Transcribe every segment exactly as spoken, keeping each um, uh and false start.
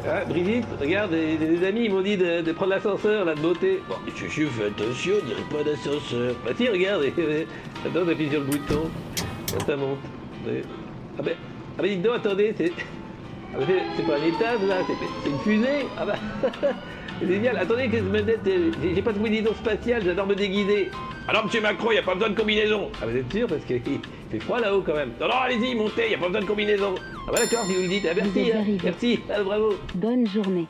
Ah, Brigitte, regarde, des, des amis ils m'ont dit de, de prendre l'ascenseur, là, de beauté. Bon, mais chouchou, fais attention, on dirait pas d'ascenseur. Bah si, regarde, attends, t'appuies sur le bouton. Là, ça monte. Ouais. Ah ben, ah ben, dites donc, attendez, c'est... Ah ben, c'est, c'est pas un étage, là, c'est, c'est une fusée. Ah bah, c'est génial. Attendez que je me mette... J'ai, j'ai pas de combinaison spatiale, j'adore me déguiser. Alors, monsieur Macron, y a pas besoin de combinaison. Ah, vous êtes sûr? Parce qu'il fait froid là-haut, quand même. Non, non, allez-y, montez, y a pas besoin de combinaison. Ah bah d'accord, si vous le dites. Ah, merci, hein, merci, ah, bravo. Bonne journée.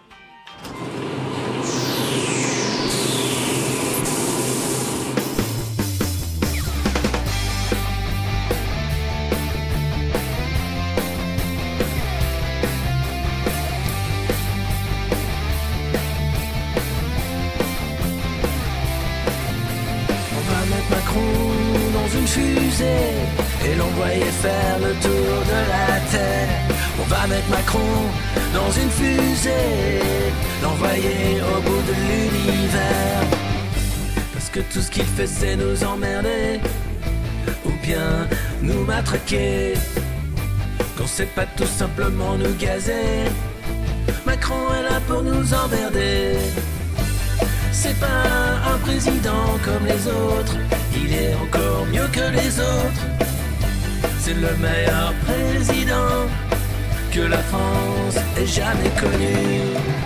Et l'envoyer faire le tour de la Terre. On va mettre Macron dans une fusée, l'envoyer au bout de l'univers. Parce que tout ce qu'il fait c'est nous emmerder, ou bien nous matraquer. Qu'on sait pas tout simplement nous gazer. Macron est là pour nous emmerder. C'est pas un président comme les autres, il est encore mieux que les autres. C'est le meilleur président que la France ait jamais connu.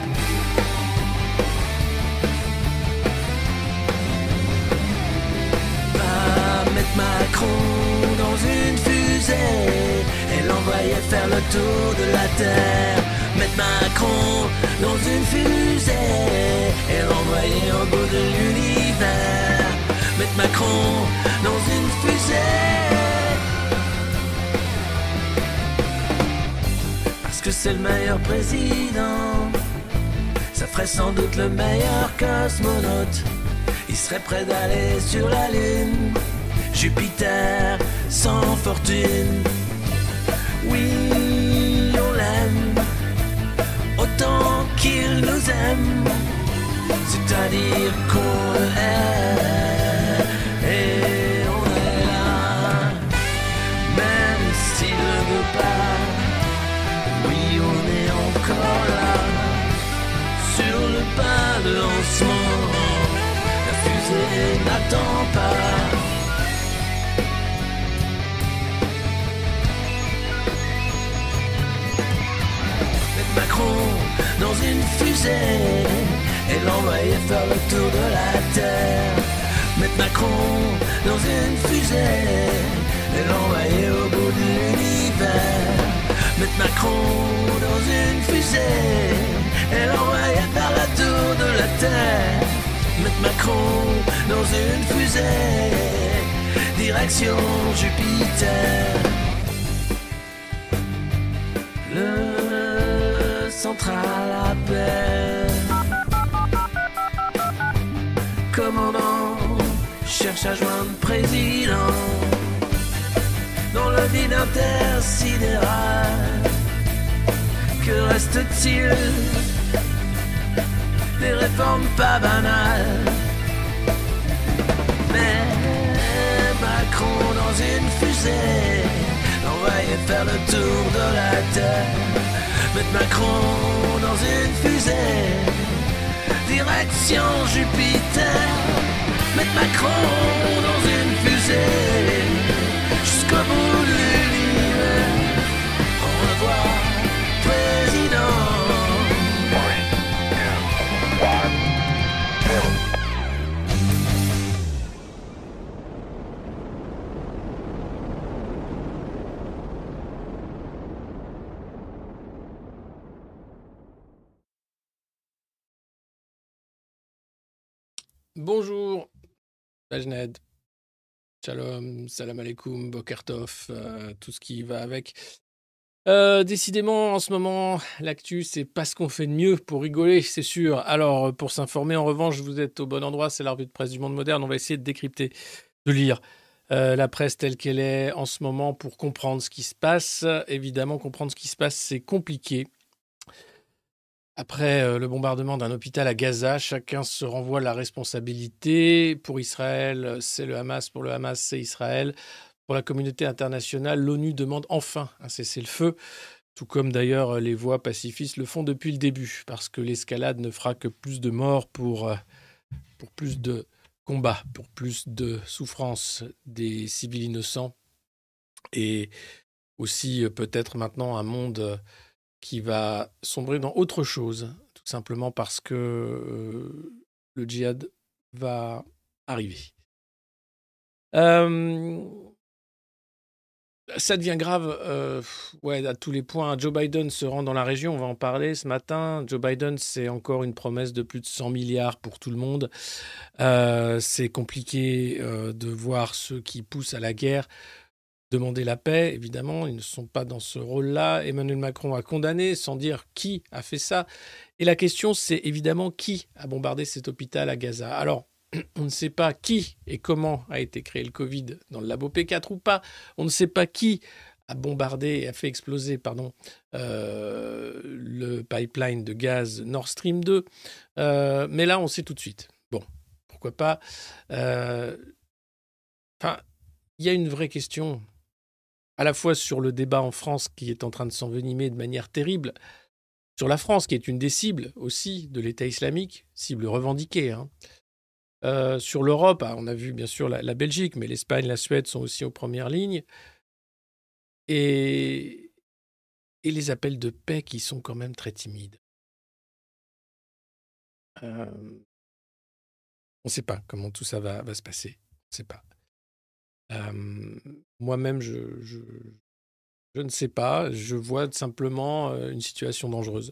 Va mettre Macron dans une fusée et l'envoyer faire le tour de la Terre. Mettre Macron dans une fusée et l'envoyer au bout de l'univers. Mettre Macron dans une fusée. Parce que c'est le meilleur président. Ça ferait sans doute le meilleur cosmonaute. Il serait prêt d'aller sur la Lune. Jupiter sans fortune. Oui, on l'aime autant qu'il nous aime. C'est-à-dire qu'on l'aime. Et on est là, même s'il ne veut pas. Oui, on est encore là, sur le pas de lancement. La fusée n'attend pas. Mettre Macron dans une fusée et l'envoyer faire le tour de la Terre. Mettre Macron dans une fusée et l'envoyer au bout de l'univers. Mettre Macron dans une fusée et l'envoyer faire le tour de la Terre. Mettre Macron dans une fusée, direction Jupiter. Le central appelle. Commandant cherche à joindre président. Dans le vide intersidéral, que reste-t-il? Des réformes pas banales. Mais Macron dans une fusée, l'envoyer faire le tour de la Terre. Mettre Macron dans une fusée, direction Jupiter. Mettre Macron dans une fusée, jusqu'au bout de l'univers. Au revoir, président. Bonjour, Tajned. Shalom, salam alaikum, boker tov, euh, tout ce qui va avec. Euh, décidément, en ce moment, l'actu, c'est pas ce qu'on fait de mieux pour rigoler, c'est sûr. Alors, pour s'informer, en revanche, vous êtes au bon endroit, c'est la revue de presse du monde moderne. On va essayer de décrypter, de lire euh, la presse telle qu'elle est en ce moment pour comprendre ce qui se passe. Évidemment, comprendre ce qui se passe, c'est compliqué. Après euh, le bombardement d'un hôpital à Gaza, chacun se renvoie la responsabilité. Pour Israël, c'est le Hamas. Pour le Hamas, c'est Israël. Pour la communauté internationale, l'ONU demande enfin un cessez-le-feu. tout comme d'ailleurs les voix pacifistes le font depuis le début, parce que l'escalade ne fera que plus de morts pour, pour plus de combats, pour plus de souffrances des civils innocents, et aussi peut-être maintenant un monde qui va sombrer dans autre chose, tout simplement parce que euh, le djihad va arriver. Euh, ça devient grave euh, ouais, à tous les points. Joe Biden se rend dans la région, on va en parler ce matin. Joe Biden, c'est encore une promesse de plus de cent milliards pour tout le monde. Euh, c'est compliqué euh, de voir ceux qui poussent à la guerre demander la paix, évidemment, ils ne sont pas dans ce rôle-là. Emmanuel Macron a condamné, sans dire qui a fait ça. Et la question, c'est évidemment qui a bombardé cet hôpital à Gaza. Alors, on ne sait pas qui et comment a été créé le Covid dans le labo P quatre ou pas. On ne sait pas qui a bombardé et a fait exploser pardon, euh, le pipeline de gaz Nord Stream deux. Euh, mais là, on sait tout de suite. Bon, pourquoi pas. Euh, enfin, il y a une vraie question à la fois sur le débat en France qui est en train de s'envenimer de manière terrible, sur la France qui est une des cibles aussi de l'État islamique, cible revendiquée. Hein. Euh, sur l'Europe, on a vu bien sûr la, la Belgique, mais l'Espagne, la Suède sont aussi aux premières lignes. Et, et les appels de paix qui sont quand même très timides. Euh, on ne sait pas comment tout ça va, va se passer. On ne sait pas. Euh, moi-même, je... je Je ne sais pas, je vois simplement une situation dangereuse.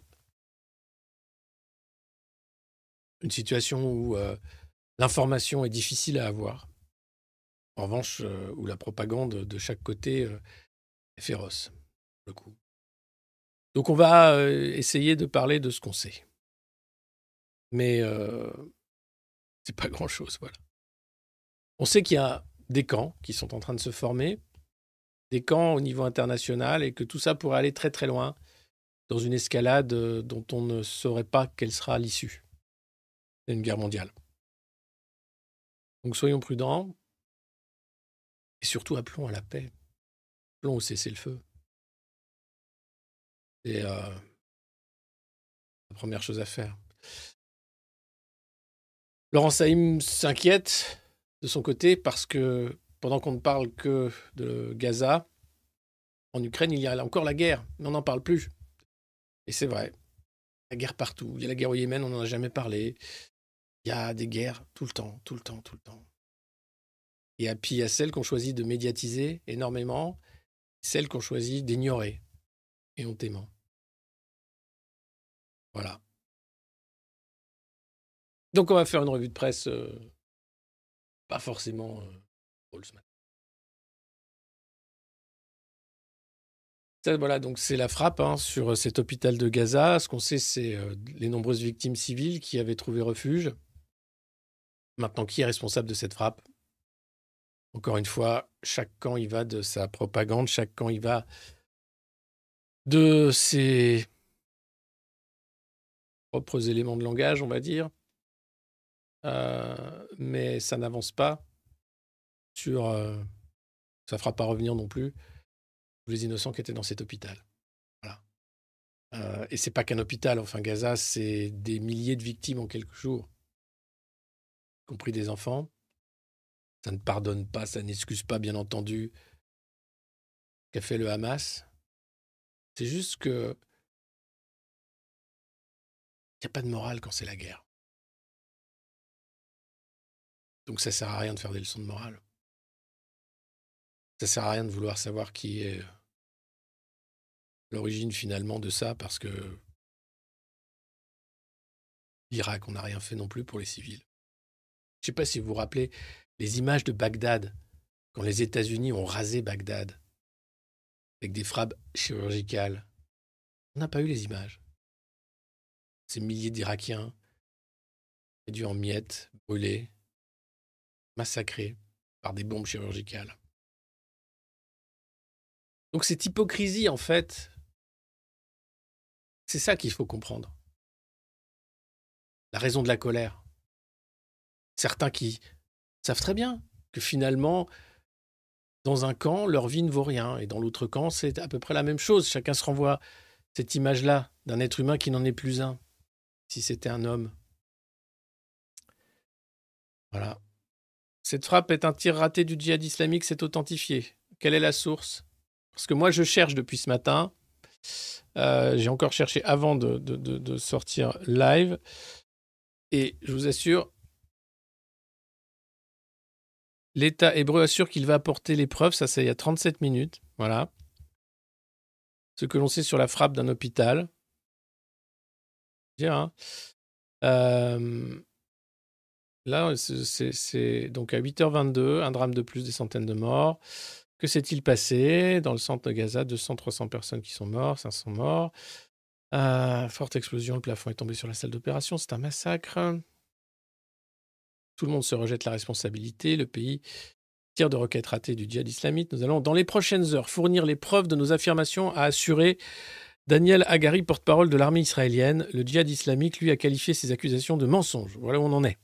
Une situation où euh, l'information est difficile à avoir. En revanche, euh, où la propagande de chaque côté euh, est féroce, pour le coup. Donc on va euh, essayer de parler de ce qu'on sait. Mais euh, c'est pas grand-chose, voilà. On sait qu'il y a des camps qui sont en train de se former, des camps au niveau international, et que tout ça pourrait aller très très loin dans une escalade dont on ne saurait pas quelle sera l'issue. C'est une guerre mondiale. Donc soyons prudents et surtout appelons à la paix. Appelons au cessez-le-feu. C'est euh, la première chose à faire. Laurent Saïm s'inquiète de son côté parce que pendant qu'on ne parle que de Gaza, en Ukraine, il y a encore la guerre, mais on n'en parle plus. Et c'est vrai. La guerre partout. Il y a la guerre au Yémen, on n'en a jamais parlé. Il y a des guerres tout le temps, tout le temps, tout le temps. Et puis il y a celles qu'on choisit de médiatiser énormément, celles qu'on choisit d'ignorer éhontément. Voilà. Donc on va faire une revue de presse euh, pas forcément euh, drôle ce matin. Ça, voilà, donc c'est la frappe hein, sur cet hôpital de Gaza. Ce qu'on sait, c'est euh, les nombreuses victimes civiles qui avaient trouvé refuge. Maintenant, qui est responsable de cette frappe ? Encore une fois, chaque camp y va de sa propagande, chaque camp y va de ses propres éléments de langage, on va dire. Euh, mais ça n'avance pas sur... Euh, ça ne fera pas revenir non plus tous les innocents qui étaient dans cet hôpital. Voilà. Euh, et c'est pas qu'un hôpital, enfin Gaza, c'est des milliers de victimes en quelques jours, y compris des enfants. Ça ne pardonne pas, ça n'excuse pas, bien entendu, ce qu'a fait le Hamas. C'est juste que il n'y a pas de morale quand c'est la guerre. Donc ça sert à rien de faire des leçons de morale. Ça sert à rien de vouloir savoir qui est l'origine finalement de ça, parce que l'Irak, on n'a rien fait non plus pour les civils. Je ne sais pas si vous vous rappelez les images de Bagdad, quand les États-Unis ont rasé Bagdad, avec des frappes chirurgicales. On n'a pas eu les images. Ces milliers d'Irakiens réduits en miettes, brûlés, massacrés par des bombes chirurgicales. Donc cette hypocrisie, en fait, c'est ça qu'il faut comprendre. La raison de la colère. Certains qui savent très bien que finalement, dans un camp, leur vie ne vaut rien. Et dans l'autre camp, c'est à peu près la même chose. Chacun se renvoie cette image-là d'un être humain qui n'en est plus un, si c'était un homme. Voilà. Cette frappe est un tir raté du djihad islamique, c'est authentifié. Quelle est la source? Parce que moi, je cherche depuis ce matin. Euh, j'ai encore cherché avant de, de, de, de sortir live. Et je vous assure, l'État hébreu assure qu'il va apporter les preuves. Ça, c'est il y a trente-sept minutes. Voilà. Ce que l'on sait sur la frappe d'un hôpital. Dire, hein. Euh, là, c'est, c'est, c'est donc à huit heures vingt-deux, un drame de plus, des centaines de morts. Que s'est-il passé? Dans le centre de Gaza, deux cents à trois cents personnes qui sont mortes, cinq cents morts. Euh, forte explosion, le plafond est tombé sur la salle d'opération. C'est un massacre. Tout le monde se rejette la responsabilité. Le pays tir de roquettes ratées du djihad islamique. Nous allons, dans les prochaines heures, fournir les preuves de nos affirmations, a assuré Daniel Hagari, porte-parole de l'armée israélienne. Le djihad islamique, lui, a qualifié ces accusations de mensonges. Voilà où on en est.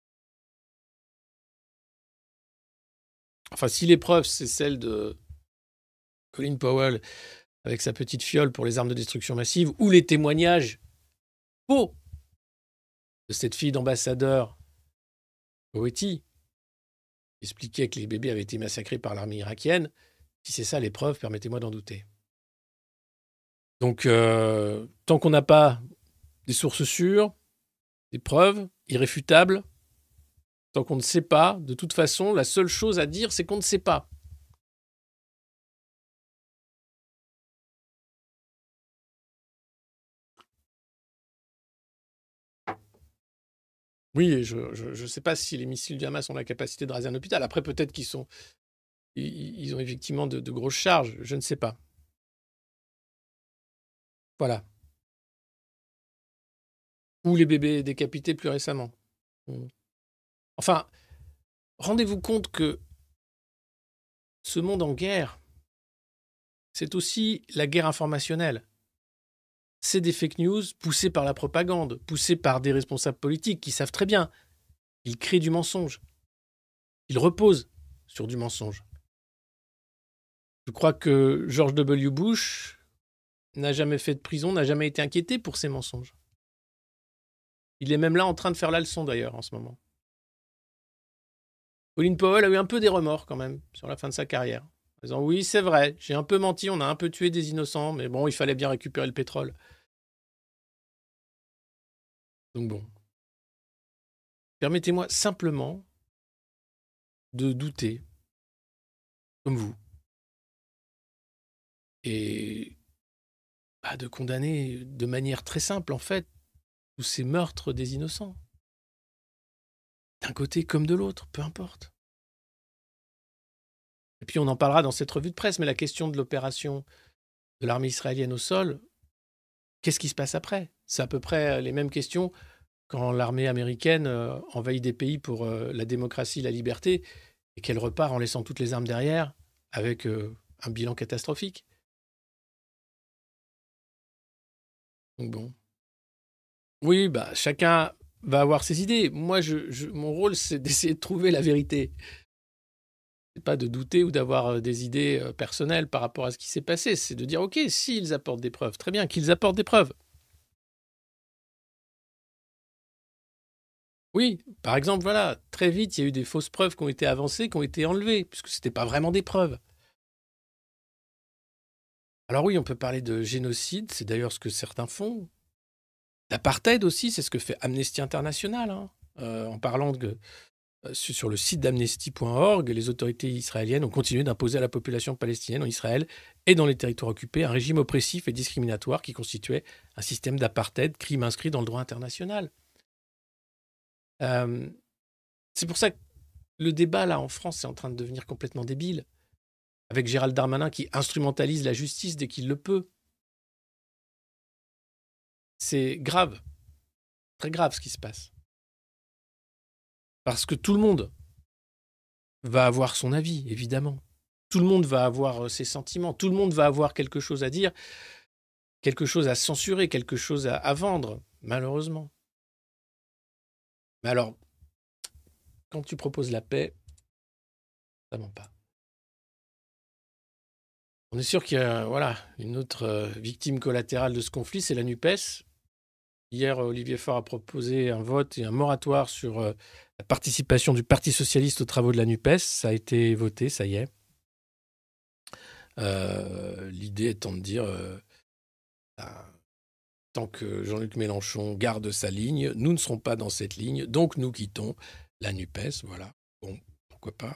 Enfin, si l'épreuve, c'est celle de Colin Powell avec sa petite fiole pour les armes de destruction massive, ou les témoignages faux de cette fille d'ambassadeur Koweti, qui expliquait que les bébés avaient été massacrés par l'armée irakienne, si c'est ça l'épreuve, permettez-moi d'en douter. Donc, euh, tant qu'on n'a pas des sources sûres, des preuves irréfutables, tant qu'on ne sait pas, de toute façon, la seule chose à dire, c'est qu'on ne sait pas. Oui, je ne sais pas si les missiles du Hamas ont la capacité de raser un hôpital. Après, peut-être qu'ils sont, ils, ils ont effectivement de, de grosses charges. Je ne sais pas. Voilà. Ou les bébés décapités plus récemment. Enfin, rendez-vous compte que ce monde en guerre, c'est aussi la guerre informationnelle. C'est des fake news poussées par la propagande, poussées par des responsables politiques qui savent très bien. Ils créent du mensonge. Ils reposent sur du mensonge. Je crois que George W. Bush n'a jamais fait de prison, n'a jamais été inquiété pour ces mensonges. Il est même là en train de faire la leçon d'ailleurs en ce moment. Colin Powell a eu un peu des remords quand même sur la fin de sa carrière. En disant oui, c'est vrai, j'ai un peu menti, on a un peu tué des innocents, mais bon, il fallait bien récupérer le pétrole. Donc bon. Permettez-moi simplement de douter, comme vous, et bah, de condamner de manière très simple, en fait, tous ces meurtres des innocents. D'un côté comme de l'autre, peu importe. Et puis on en parlera dans cette revue de presse, mais la question de l'opération de l'armée israélienne au sol, qu'est-ce qui se passe après? C'est à peu près les mêmes questions quand l'armée américaine euh, envahit des pays pour euh, la démocratie, la liberté, et qu'elle repart en laissant toutes les armes derrière, avec euh, un bilan catastrophique. Donc bon. Oui, bah, chacun va avoir ses idées. Moi, je, je, mon rôle, c'est d'essayer de trouver la vérité. C'est pas de douter ou d'avoir des idées personnelles par rapport à ce qui s'est passé. C'est de dire, OK, s'ils apportent des preuves, très bien, qu'ils apportent des preuves. Oui, par exemple, voilà, très vite, il y a eu des fausses preuves qui ont été avancées, qui ont été enlevées, puisque ce n'était pas vraiment des preuves. Alors oui, on peut parler de génocide, c'est d'ailleurs ce que certains font. D'apartheid aussi, c'est ce que fait Amnesty International, hein, euh, en parlant de... Sur le site d'amnesty point org, les autorités israéliennes ont continué d'imposer à la population palestinienne en Israël et dans les territoires occupés un régime oppressif et discriminatoire qui constituait un système d'apartheid, crime inscrit dans le droit international. Euh, c'est pour ça que le débat là en France est en train de devenir complètement débile, avec Gérald Darmanin qui instrumentalise la justice dès qu'il le peut. C'est grave, très grave ce qui se passe. Parce que tout le monde va avoir son avis, évidemment. Tout le monde va avoir ses sentiments. Tout le monde va avoir quelque chose à dire, quelque chose à censurer, quelque chose à, à vendre, malheureusement. Mais alors, quand tu proposes la paix, ça ment pas. On est sûr qu'il y a voilà, une autre euh, victime collatérale de ce conflit, c'est la NUPES. Hier, Olivier Faure a proposé un vote et un moratoire sur euh, la participation du Parti socialiste aux travaux de la NUPES. Ça a été voté, ça y est. Euh, L'idée étant de dire, euh, bah, tant que Jean-Luc Mélenchon garde sa ligne, nous ne serons pas dans cette ligne, donc nous quittons la NUPES. Voilà. Bon, pourquoi pas.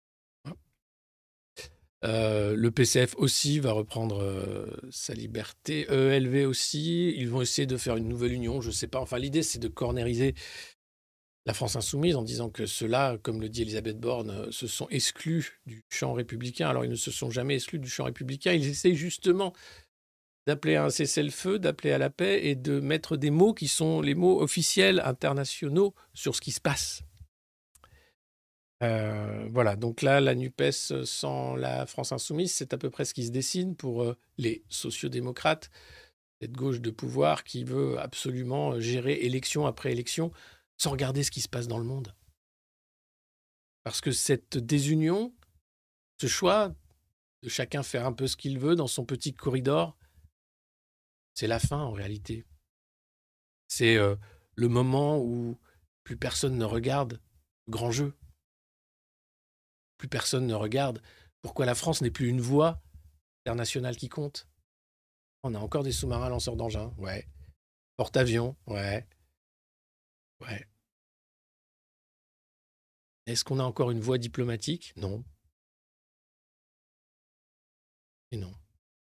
Euh, le P C F aussi va reprendre euh, sa liberté. E L V aussi. Ils vont essayer de faire une nouvelle union, je ne sais pas. Enfin, l'idée, c'est de cornériser la France insoumise en disant que ceux-là, comme le dit Elisabeth Borne, euh, se sont exclus du champ républicain. Alors, ils ne se sont jamais exclus du champ républicain. Ils essayent justement d'appeler à un cessez-le-feu, d'appeler à la paix et de mettre des mots qui sont les mots officiels internationaux sur ce qui se passe. Euh, voilà, donc là, la NUPES sans la France insoumise, c'est à peu près ce qui se dessine pour euh, les sociodémocrates, cette gauche de pouvoir qui veut absolument gérer élection après élection sans regarder ce qui se passe dans le monde. Parce que cette désunion, ce choix de chacun faire un peu ce qu'il veut dans son petit corridor, c'est la fin en réalité. C'est euh, le moment où plus personne ne regarde le grand jeu. Plus personne ne regarde pourquoi la France n'est plus une voix internationale qui compte. On a encore des sous-marins lanceurs d'engins, ouais. Porte-avions, ouais. Ouais. Est-ce qu'on a encore une voix diplomatique? Non. Et non.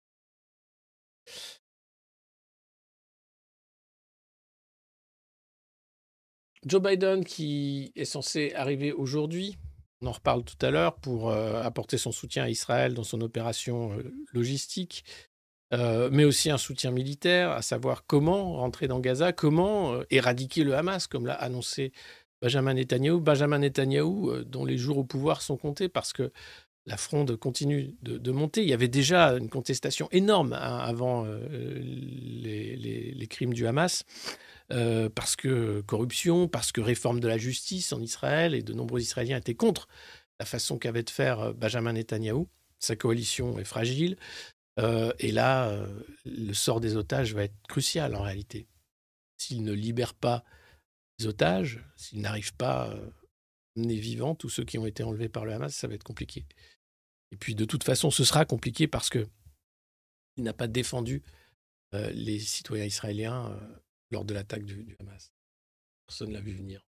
Joe Biden qui est censé arriver aujourd'hui, on en reparle tout à l'heure, pour euh, apporter son soutien à Israël dans son opération euh, logistique, euh, mais aussi un soutien militaire, à savoir comment rentrer dans Gaza, comment euh, éradiquer le Hamas, comme l'a annoncé Benjamin Netanyahou. Benjamin Netanyahou, euh, dont les jours au pouvoir sont comptés parce que la fronde continue de, de monter. Il y avait déjà une contestation énorme hein, avant euh, les, les, les crimes du Hamas. Euh, parce que corruption, parce que réforme de la justice en Israël, et de nombreux Israéliens étaient contre la façon qu'avait de faire Benjamin Netanyahou. Sa coalition est fragile. Euh, et là, euh, le sort des otages va être crucial en réalité. S'il ne libère pas les otages, s'il n'arrive pas à mener vivants tous ceux qui ont été enlevés par le Hamas, ça va être compliqué. Et puis de toute façon, ce sera compliqué parce qu'il n'a pas défendu euh, les citoyens israéliens euh, lors de l'attaque du, du Hamas. Personne ne l'a vu venir.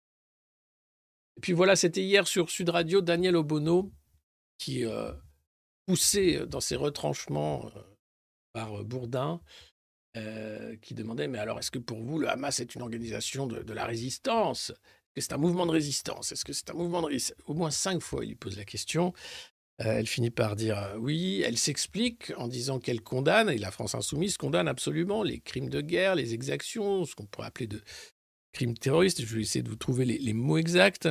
Et puis voilà, c'était hier sur Sud Radio, Daniel Obono, qui euh, poussait dans ses retranchements euh, par Bourdin, euh, qui demandait, mais alors est-ce que pour vous, le Hamas est une organisation de, de la résistance? Est-ce que c'est un mouvement de résistance? Est-ce que c'est un mouvement de résistance? Au moins cinq fois, il lui pose la question. Euh, elle finit par dire euh, oui, elle s'explique en disant qu'elle condamne, et la France insoumise condamne absolument les crimes de guerre, les exactions, ce qu'on pourrait appeler de crimes terroristes. Je vais essayer de vous trouver les, les mots exacts.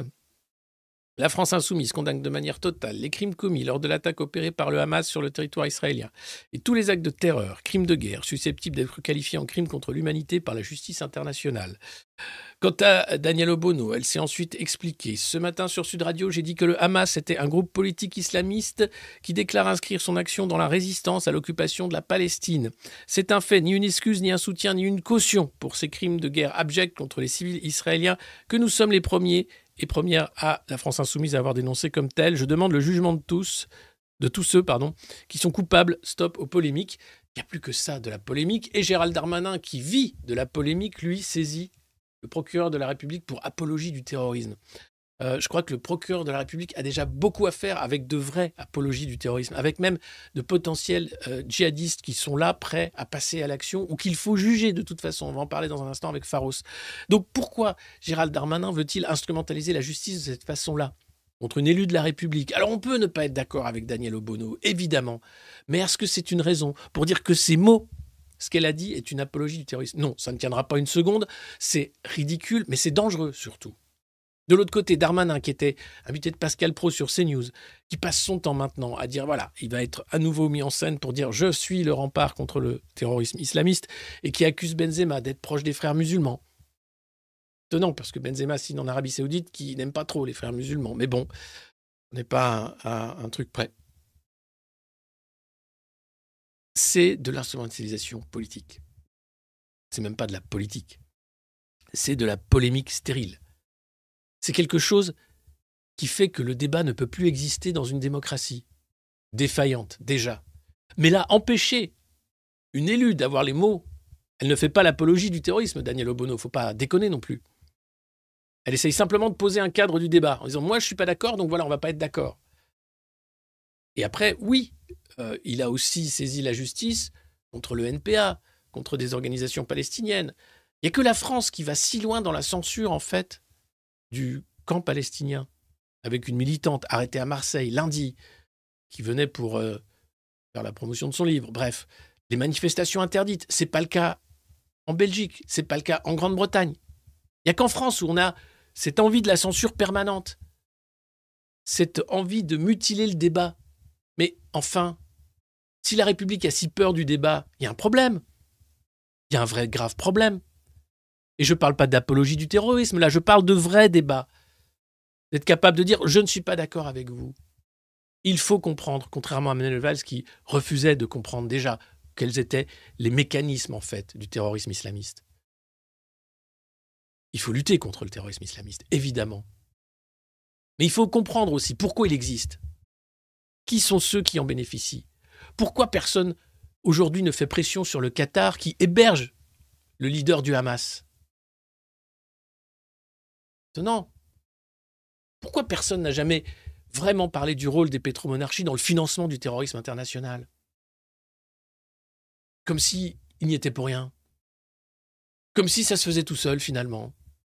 La France insoumise condamne de manière totale les crimes commis lors de l'attaque opérée par le Hamas sur le territoire israélien et tous les actes de terreur, crimes de guerre susceptibles d'être qualifiés en crimes contre l'humanité par la justice internationale. Quant à Daniel Obono, elle s'est ensuite expliquée. Ce matin sur Sud Radio, j'ai dit que le Hamas était un groupe politique islamiste qui déclare inscrire son action dans la résistance à l'occupation de la Palestine. C'est un fait, ni une excuse, ni un soutien, ni une caution pour ces crimes de guerre abjects contre les civils israéliens que nous sommes les premiers et premières à la France insoumise à avoir dénoncé comme tels. Je demande le jugement de tous, de tous ceux pardon, qui sont coupables. Stop aux polémiques. Il n'y a plus que ça de la polémique. Et Gérald Darmanin, qui vit de la polémique, lui saisit le procureur de la République pour apologie du terrorisme. Euh, je crois que le procureur de la République a déjà beaucoup à faire avec de vraies apologies du terrorisme, avec même de potentiels euh, djihadistes qui sont là, prêts à passer à l'action, ou qu'il faut juger de toute façon. On va en parler dans un instant avec Pharos. Donc pourquoi Gérald Darmanin veut-il instrumentaliser la justice de cette façon-là contre une élue de la République? Alors on peut ne pas être d'accord avec Daniel Obono, évidemment, mais est-ce que c'est une raison pour dire que ces mots, ce qu'elle a dit, est une apologie du terrorisme? Non, ça ne tiendra pas une seconde, c'est ridicule, mais c'est dangereux surtout. De l'autre côté, Darmanin, qui était invité de Pascal Praud sur CNews, qui passe son temps maintenant à dire, voilà, il va être à nouveau mis en scène pour dire « je suis le rempart contre le terrorisme islamiste » et qui accuse Benzema d'être proche des frères musulmans. Étonnant, parce que Benzema signe en Arabie Saoudite qui n'aime pas trop les frères musulmans. Mais bon, on n'est pas à un, à un truc près. c'est de l'instrumentalisation politique. C'est même pas de la politique. C'est de la polémique stérile. C'est quelque chose qui fait que le débat ne peut plus exister dans une démocratie défaillante, déjà. Mais là, empêcher une élue d'avoir les mots, elle ne fait pas l'apologie du terrorisme, Danielle Obono, il ne faut pas déconner non plus. Elle essaye simplement de poser un cadre du débat, en disant « moi, je ne suis pas d'accord, donc voilà, on ne va pas être d'accord ». Et après, oui, euh, il a aussi saisi la justice contre le N P A, contre des organisations palestiniennes. Il n'y a que la France qui va si loin dans la censure, en fait, du camp palestinien, avec une militante arrêtée à Marseille lundi, qui venait pour euh, faire la promotion de son livre. Bref, les manifestations interdites, ce n'est pas le cas en Belgique, ce n'est pas le cas en Grande-Bretagne. Il n'y a qu'en France où on a cette envie de la censure permanente, cette envie de mutiler le débat. Mais enfin, si la République a si peur du débat, il y a un problème. Il y a un vrai grave problème. Et je ne parle pas d'apologie du terrorisme, là, je parle de vrai débat. D'être capable de dire « je ne suis pas d'accord avec vous ». Il faut comprendre, contrairement à Manuel Valls qui refusait de comprendre déjà quels étaient les mécanismes, en fait, du terrorisme islamiste. Il faut lutter contre le terrorisme islamiste, évidemment. Mais il faut comprendre aussi pourquoi il existe. Qui sont ceux qui en bénéficient? Pourquoi personne, aujourd'hui, ne fait pression sur le Qatar qui héberge le leader du Hamas? Étonnant. Pourquoi personne n'a jamais vraiment parlé du rôle des pétromonarchies dans le financement du terrorisme international? Comme s'il n'y était pour rien. Comme si ça se faisait tout seul, finalement.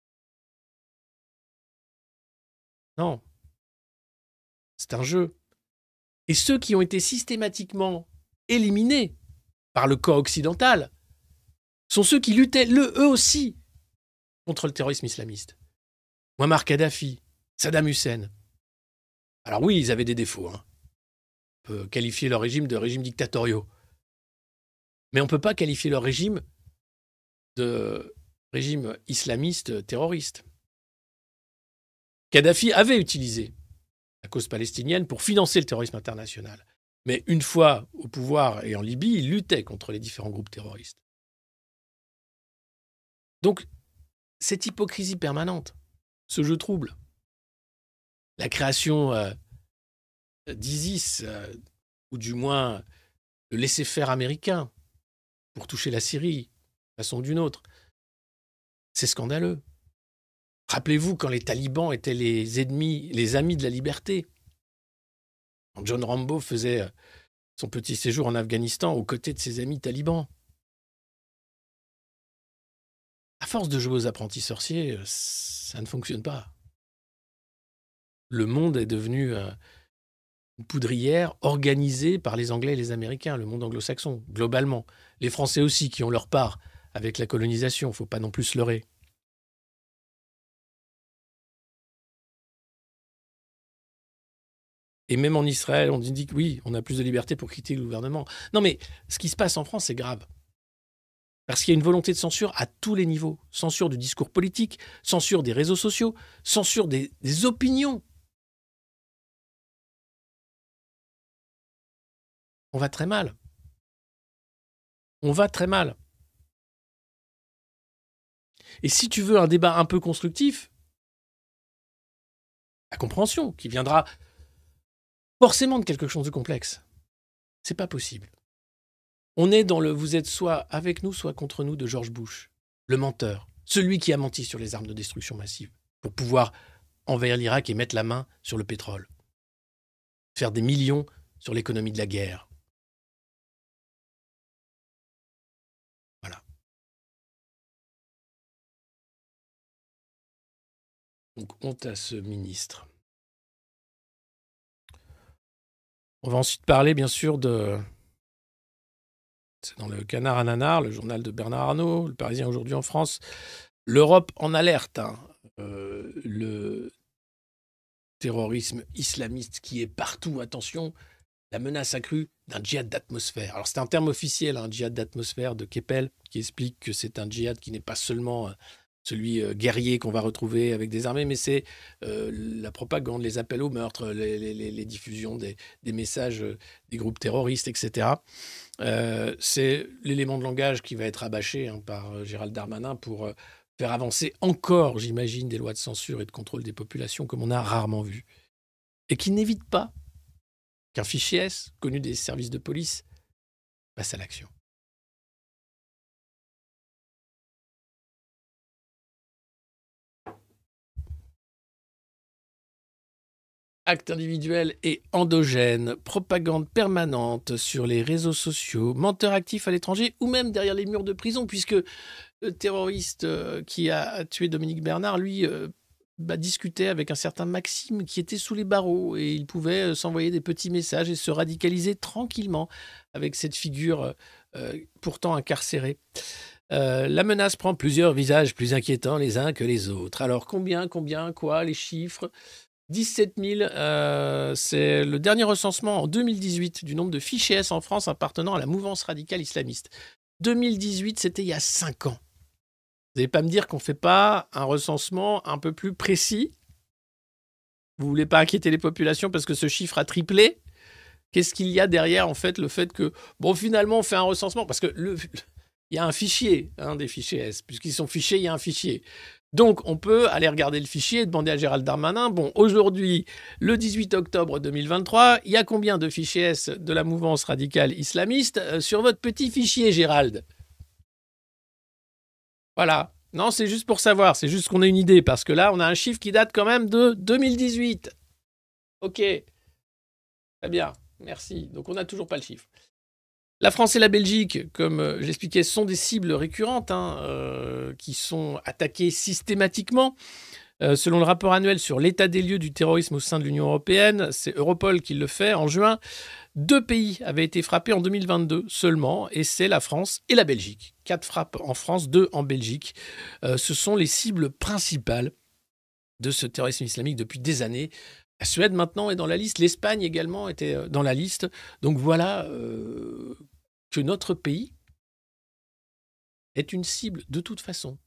Non. C'est un jeu. Et ceux qui ont été systématiquement éliminés par le camp occidental sont ceux qui luttaient, le, eux aussi, contre le terrorisme islamiste. Muammar Kadhafi, Saddam Hussein. Alors oui, ils avaient des défauts. Hein. On peut qualifier leur régime de régime dictatoriaux. Mais on ne peut pas qualifier leur régime de régime islamiste terroriste. Kadhafi avait utilisé la cause palestinienne pour financer le terrorisme international. Mais une fois au pouvoir et en Libye, il luttait contre les différents groupes terroristes. Donc, cette hypocrisie permanente, ce jeu trouble, la création euh, d'ISIS, euh, ou du moins le laisser-faire américain pour toucher la Syrie, d'une façon ou d'une autre, c'est scandaleux. Rappelez-vous quand les talibans étaient les ennemis, les amis de la liberté. Quand John Rambo faisait son petit séjour en Afghanistan aux côtés de ses amis talibans. À force de jouer aux apprentis sorciers, ça ne fonctionne pas. Le monde est devenu une poudrière organisée par les Anglais et les Américains, le monde anglo-saxon, globalement. Les Français aussi, qui ont leur part avec la colonisation, il ne faut pas non plus se leurrer. Et même en Israël, on dit que oui, on a plus de liberté pour quitter le gouvernement. Non, mais ce qui se passe en France, c'est grave. Parce qu'il y a une volonté de censure à tous les niveaux. Censure du discours politique, censure des réseaux sociaux, censure des, des opinions. On va très mal. On va très mal. Et si tu veux un débat un peu constructif, la compréhension qui viendra forcément de quelque chose de complexe, c'est pas possible. On est dans le « vous êtes soit avec nous, soit contre nous » de George Bush, le menteur, celui qui a menti sur les armes de destruction massive pour pouvoir envahir l'Irak et mettre la main sur le pétrole, faire des millions sur l'économie de la guerre. Voilà. Donc honte à ce ministre. On va ensuite parler bien sûr de... C'est dans le Canard à Nanar, le journal de Bernard Arnault, le Parisien aujourd'hui en France. L'Europe en alerte. Hein. Euh, le terrorisme islamiste qui est partout. Attention, la menace accrue d'un djihad d'atmosphère. Alors c'est un terme officiel, un djihad d'atmosphère de Keppel, qui explique que c'est un djihad qui n'est pas seulement celui euh, guerrier qu'on va retrouver avec des armées, mais c'est euh, la propagande, les appels au meurtre, les, les, les diffusions des, des messages euh, des groupes terroristes, et cetera. Euh, c'est l'élément de langage qui va être rabâché hein, par euh, Gérald Darmanin pour euh, faire avancer encore, j'imagine, des lois de censure et de contrôle des populations comme on a rarement vu. Et qui n'évite pas qu'un fichier S, connu des services de police, passe à l'action. Actes individuels et endogènes, propagande permanente sur les réseaux sociaux, menteurs actifs à l'étranger ou même derrière les murs de prison, puisque le terroriste qui a tué Dominique Bernard, lui, euh, bah, discutait avec un certain Maxime qui était sous les barreaux et il pouvait s'envoyer des petits messages et se radicaliser tranquillement avec cette figure euh, pourtant incarcérée. Euh, la menace prend plusieurs visages plus inquiétants les uns que les autres. Alors combien, combien, quoi, les chiffres ? dix-sept mille, euh, c'est le dernier recensement en deux mille dix-huit du nombre de fichiers S en France appartenant à la mouvance radicale islamiste. deux mille dix-huit, c'était il y a cinq ans. Vous n'allez pas me dire qu'on ne fait pas un recensement un peu plus précis ? Vous ne voulez pas inquiéter les populations parce que ce chiffre a triplé ? Qu'est-ce qu'il y a derrière, en fait, le fait que, bon, finalement, on fait un recensement ? Parce que le, il y a un fichier, hein, des fichiers S. Puisqu'ils sont fichés, il y a un fichier. Donc, on peut aller regarder le fichier et demander à Gérald Darmanin, bon, aujourd'hui, le dix-huit octobre deux mille vingt-trois, il y a combien de fichiers S de la mouvance radicale islamiste euh, sur votre petit fichier, Gérald ? Voilà. Non, c'est juste pour savoir, c'est juste qu'on ait une idée, parce que là, on a un chiffre qui date quand même de deux mille dix-huit. Ok. Très bien, merci. Donc, on n'a toujours pas le chiffre. La France et la Belgique, comme euh, j'expliquais, sont des cibles récurrentes hein, euh, qui sont attaquées systématiquement. Euh, selon le rapport annuel sur l'état des lieux du terrorisme au sein de l'Union européenne, c'est Europol qui le fait. En juin, deux pays avaient été frappés en deux mille vingt-deux seulement, et c'est la France et la Belgique. Quatre frappes en France, deux en Belgique. Euh, ce sont les cibles principales de ce terrorisme islamique depuis des années. La Suède, maintenant, est dans la liste. L'Espagne, également, était dans la liste. Donc voilà euh, que notre pays est une cible de toute façon.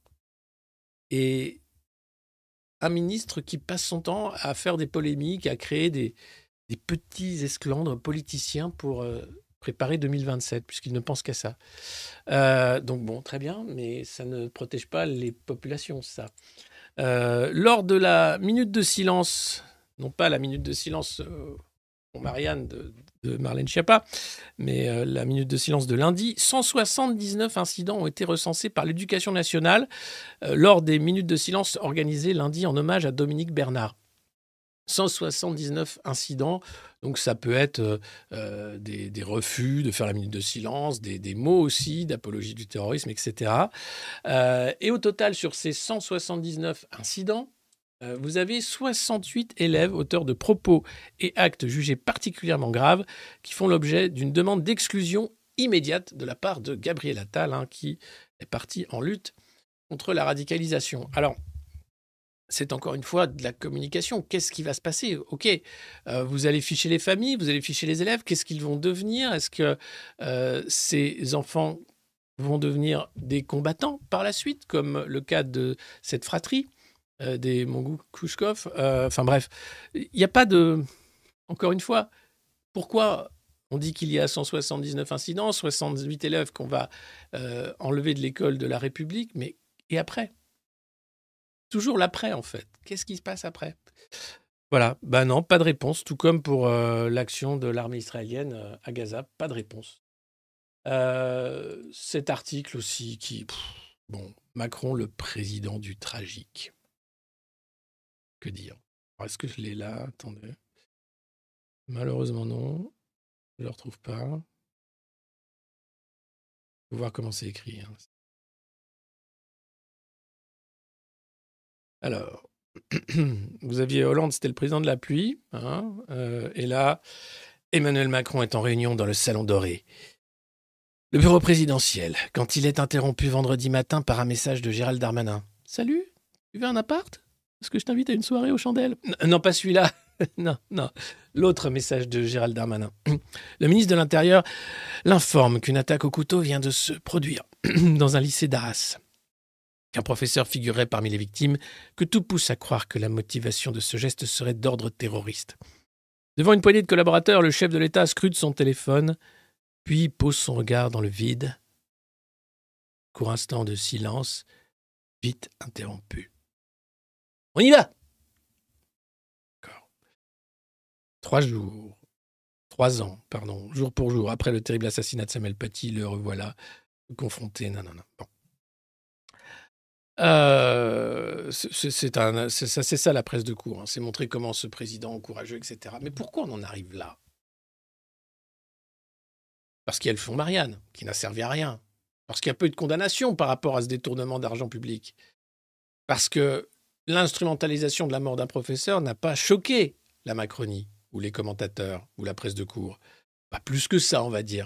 Et un ministre qui passe son temps à faire des polémiques, à créer des, des petits esclandres politiciens pour euh, préparer deux mille vingt-sept, puisqu'il ne pense qu'à ça. Euh, donc bon, très bien, mais ça ne protège pas les populations, ça. Euh, lors de la minute de silence... non pas la minute de silence euh, pour Marianne de, de Marlène Schiappa, mais euh, la minute de silence de lundi, cent soixante-dix-neuf incidents ont été recensés par l'Éducation nationale euh, lors des minutes de silence organisées lundi en hommage à Dominique Bernard. cent soixante-dix-neuf incidents, donc ça peut être euh, euh, des, des refus de faire la minute de silence, des, des mots aussi d'apologie du terrorisme, et cetera. Euh, et au total, sur ces cent soixante-dix-neuf incidents, vous avez soixante-huit élèves auteurs de propos et actes jugés particulièrement graves qui font l'objet d'une demande d'exclusion immédiate de la part de Gabriel Attal, hein, qui est parti en lutte contre la radicalisation. Alors, c'est encore une fois de la communication. Qu'est-ce qui va se passer ? Ok, euh, vous allez ficher les familles, vous allez ficher les élèves. Qu'est-ce qu'ils vont devenir ? Est-ce que euh, ces enfants vont devenir des combattants par la suite, comme le cas de cette fratrie ? Euh, des Mongou Kouchkov, euh, enfin bref, il n'y a pas de... Encore une fois, pourquoi on dit qu'il y a cent soixante-dix-neuf incidents, soixante-huit élèves qu'on va euh, enlever de l'école de la République, mais et après ? Toujours l'après, en fait. Qu'est-ce qui se passe après ? Voilà, ben non, pas de réponse, tout comme pour euh, l'action de l'armée israélienne euh, à Gaza, pas de réponse. Euh, cet article aussi qui... Pff, bon, Macron, le président du tragique. Que dire ? Alors, est-ce que je l'ai là ? Attendez. Malheureusement, non. Je ne le retrouve pas. Il faut voir comment c'est écrit. Hein. Alors, vous aviez Hollande, c'était le président de la pluie. Hein, euh, et là, Emmanuel Macron est en réunion dans le Salon Doré. Le bureau présidentiel, quand il est interrompu vendredi matin par un message de Gérald Darmanin. « Salut, tu veux un appart ? Est-ce que je t'invite à une soirée aux chandelles ?» Non, pas celui-là. non, non. L'autre message de Gérald Darmanin. Le ministre de l'Intérieur l'informe qu'une attaque au couteau vient de se produire dans un lycée d'Arras. qu'un professeur figurait parmi les victimes, que tout pousse à croire que la motivation de ce geste serait d'ordre terroriste. Devant une poignée de collaborateurs, le chef de l'État scrute son téléphone, puis pose son regard dans le vide. Court instant de silence, vite interrompu. « On y va !» D'accord. Trois jours, trois ans, pardon, jour pour jour, après le terrible assassinat de Samuel Paty, le revoilà, confronté, non, non, non. Bon. Euh, c'est, c'est, un, c'est, ça, c'est ça la presse de cour, hein. C'est montrer comment ce président courageux, et cetera. Mais pourquoi on en arrive là ? Parce qu'il y a le fonds Marianne, qui n'a servi à rien. Parce qu'il y a peu de condamnation par rapport à ce détournement d'argent public. Parce que l'instrumentalisation de la mort d'un professeur n'a pas choqué la Macronie, ou les commentateurs, ou la presse de cour. Pas plus que ça, on va dire.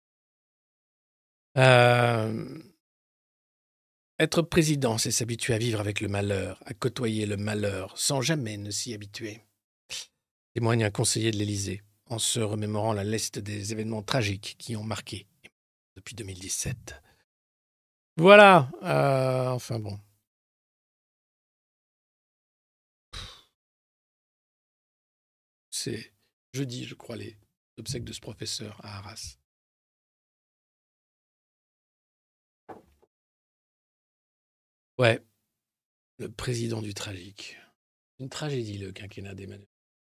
Euh... Être président, c'est s'habituer à vivre avec le malheur, à côtoyer le malheur, sans jamais ne s'y habituer. Témoigne un conseiller de l'Élysée, en se remémorant la liste des événements tragiques qui ont marqué depuis deux mille dix-sept. Voilà, euh, enfin bon. C'est jeudi, je crois, les obsèques de ce professeur à Arras. Ouais, le président du tragique. Une tragédie, le quinquennat d'Emmanuel.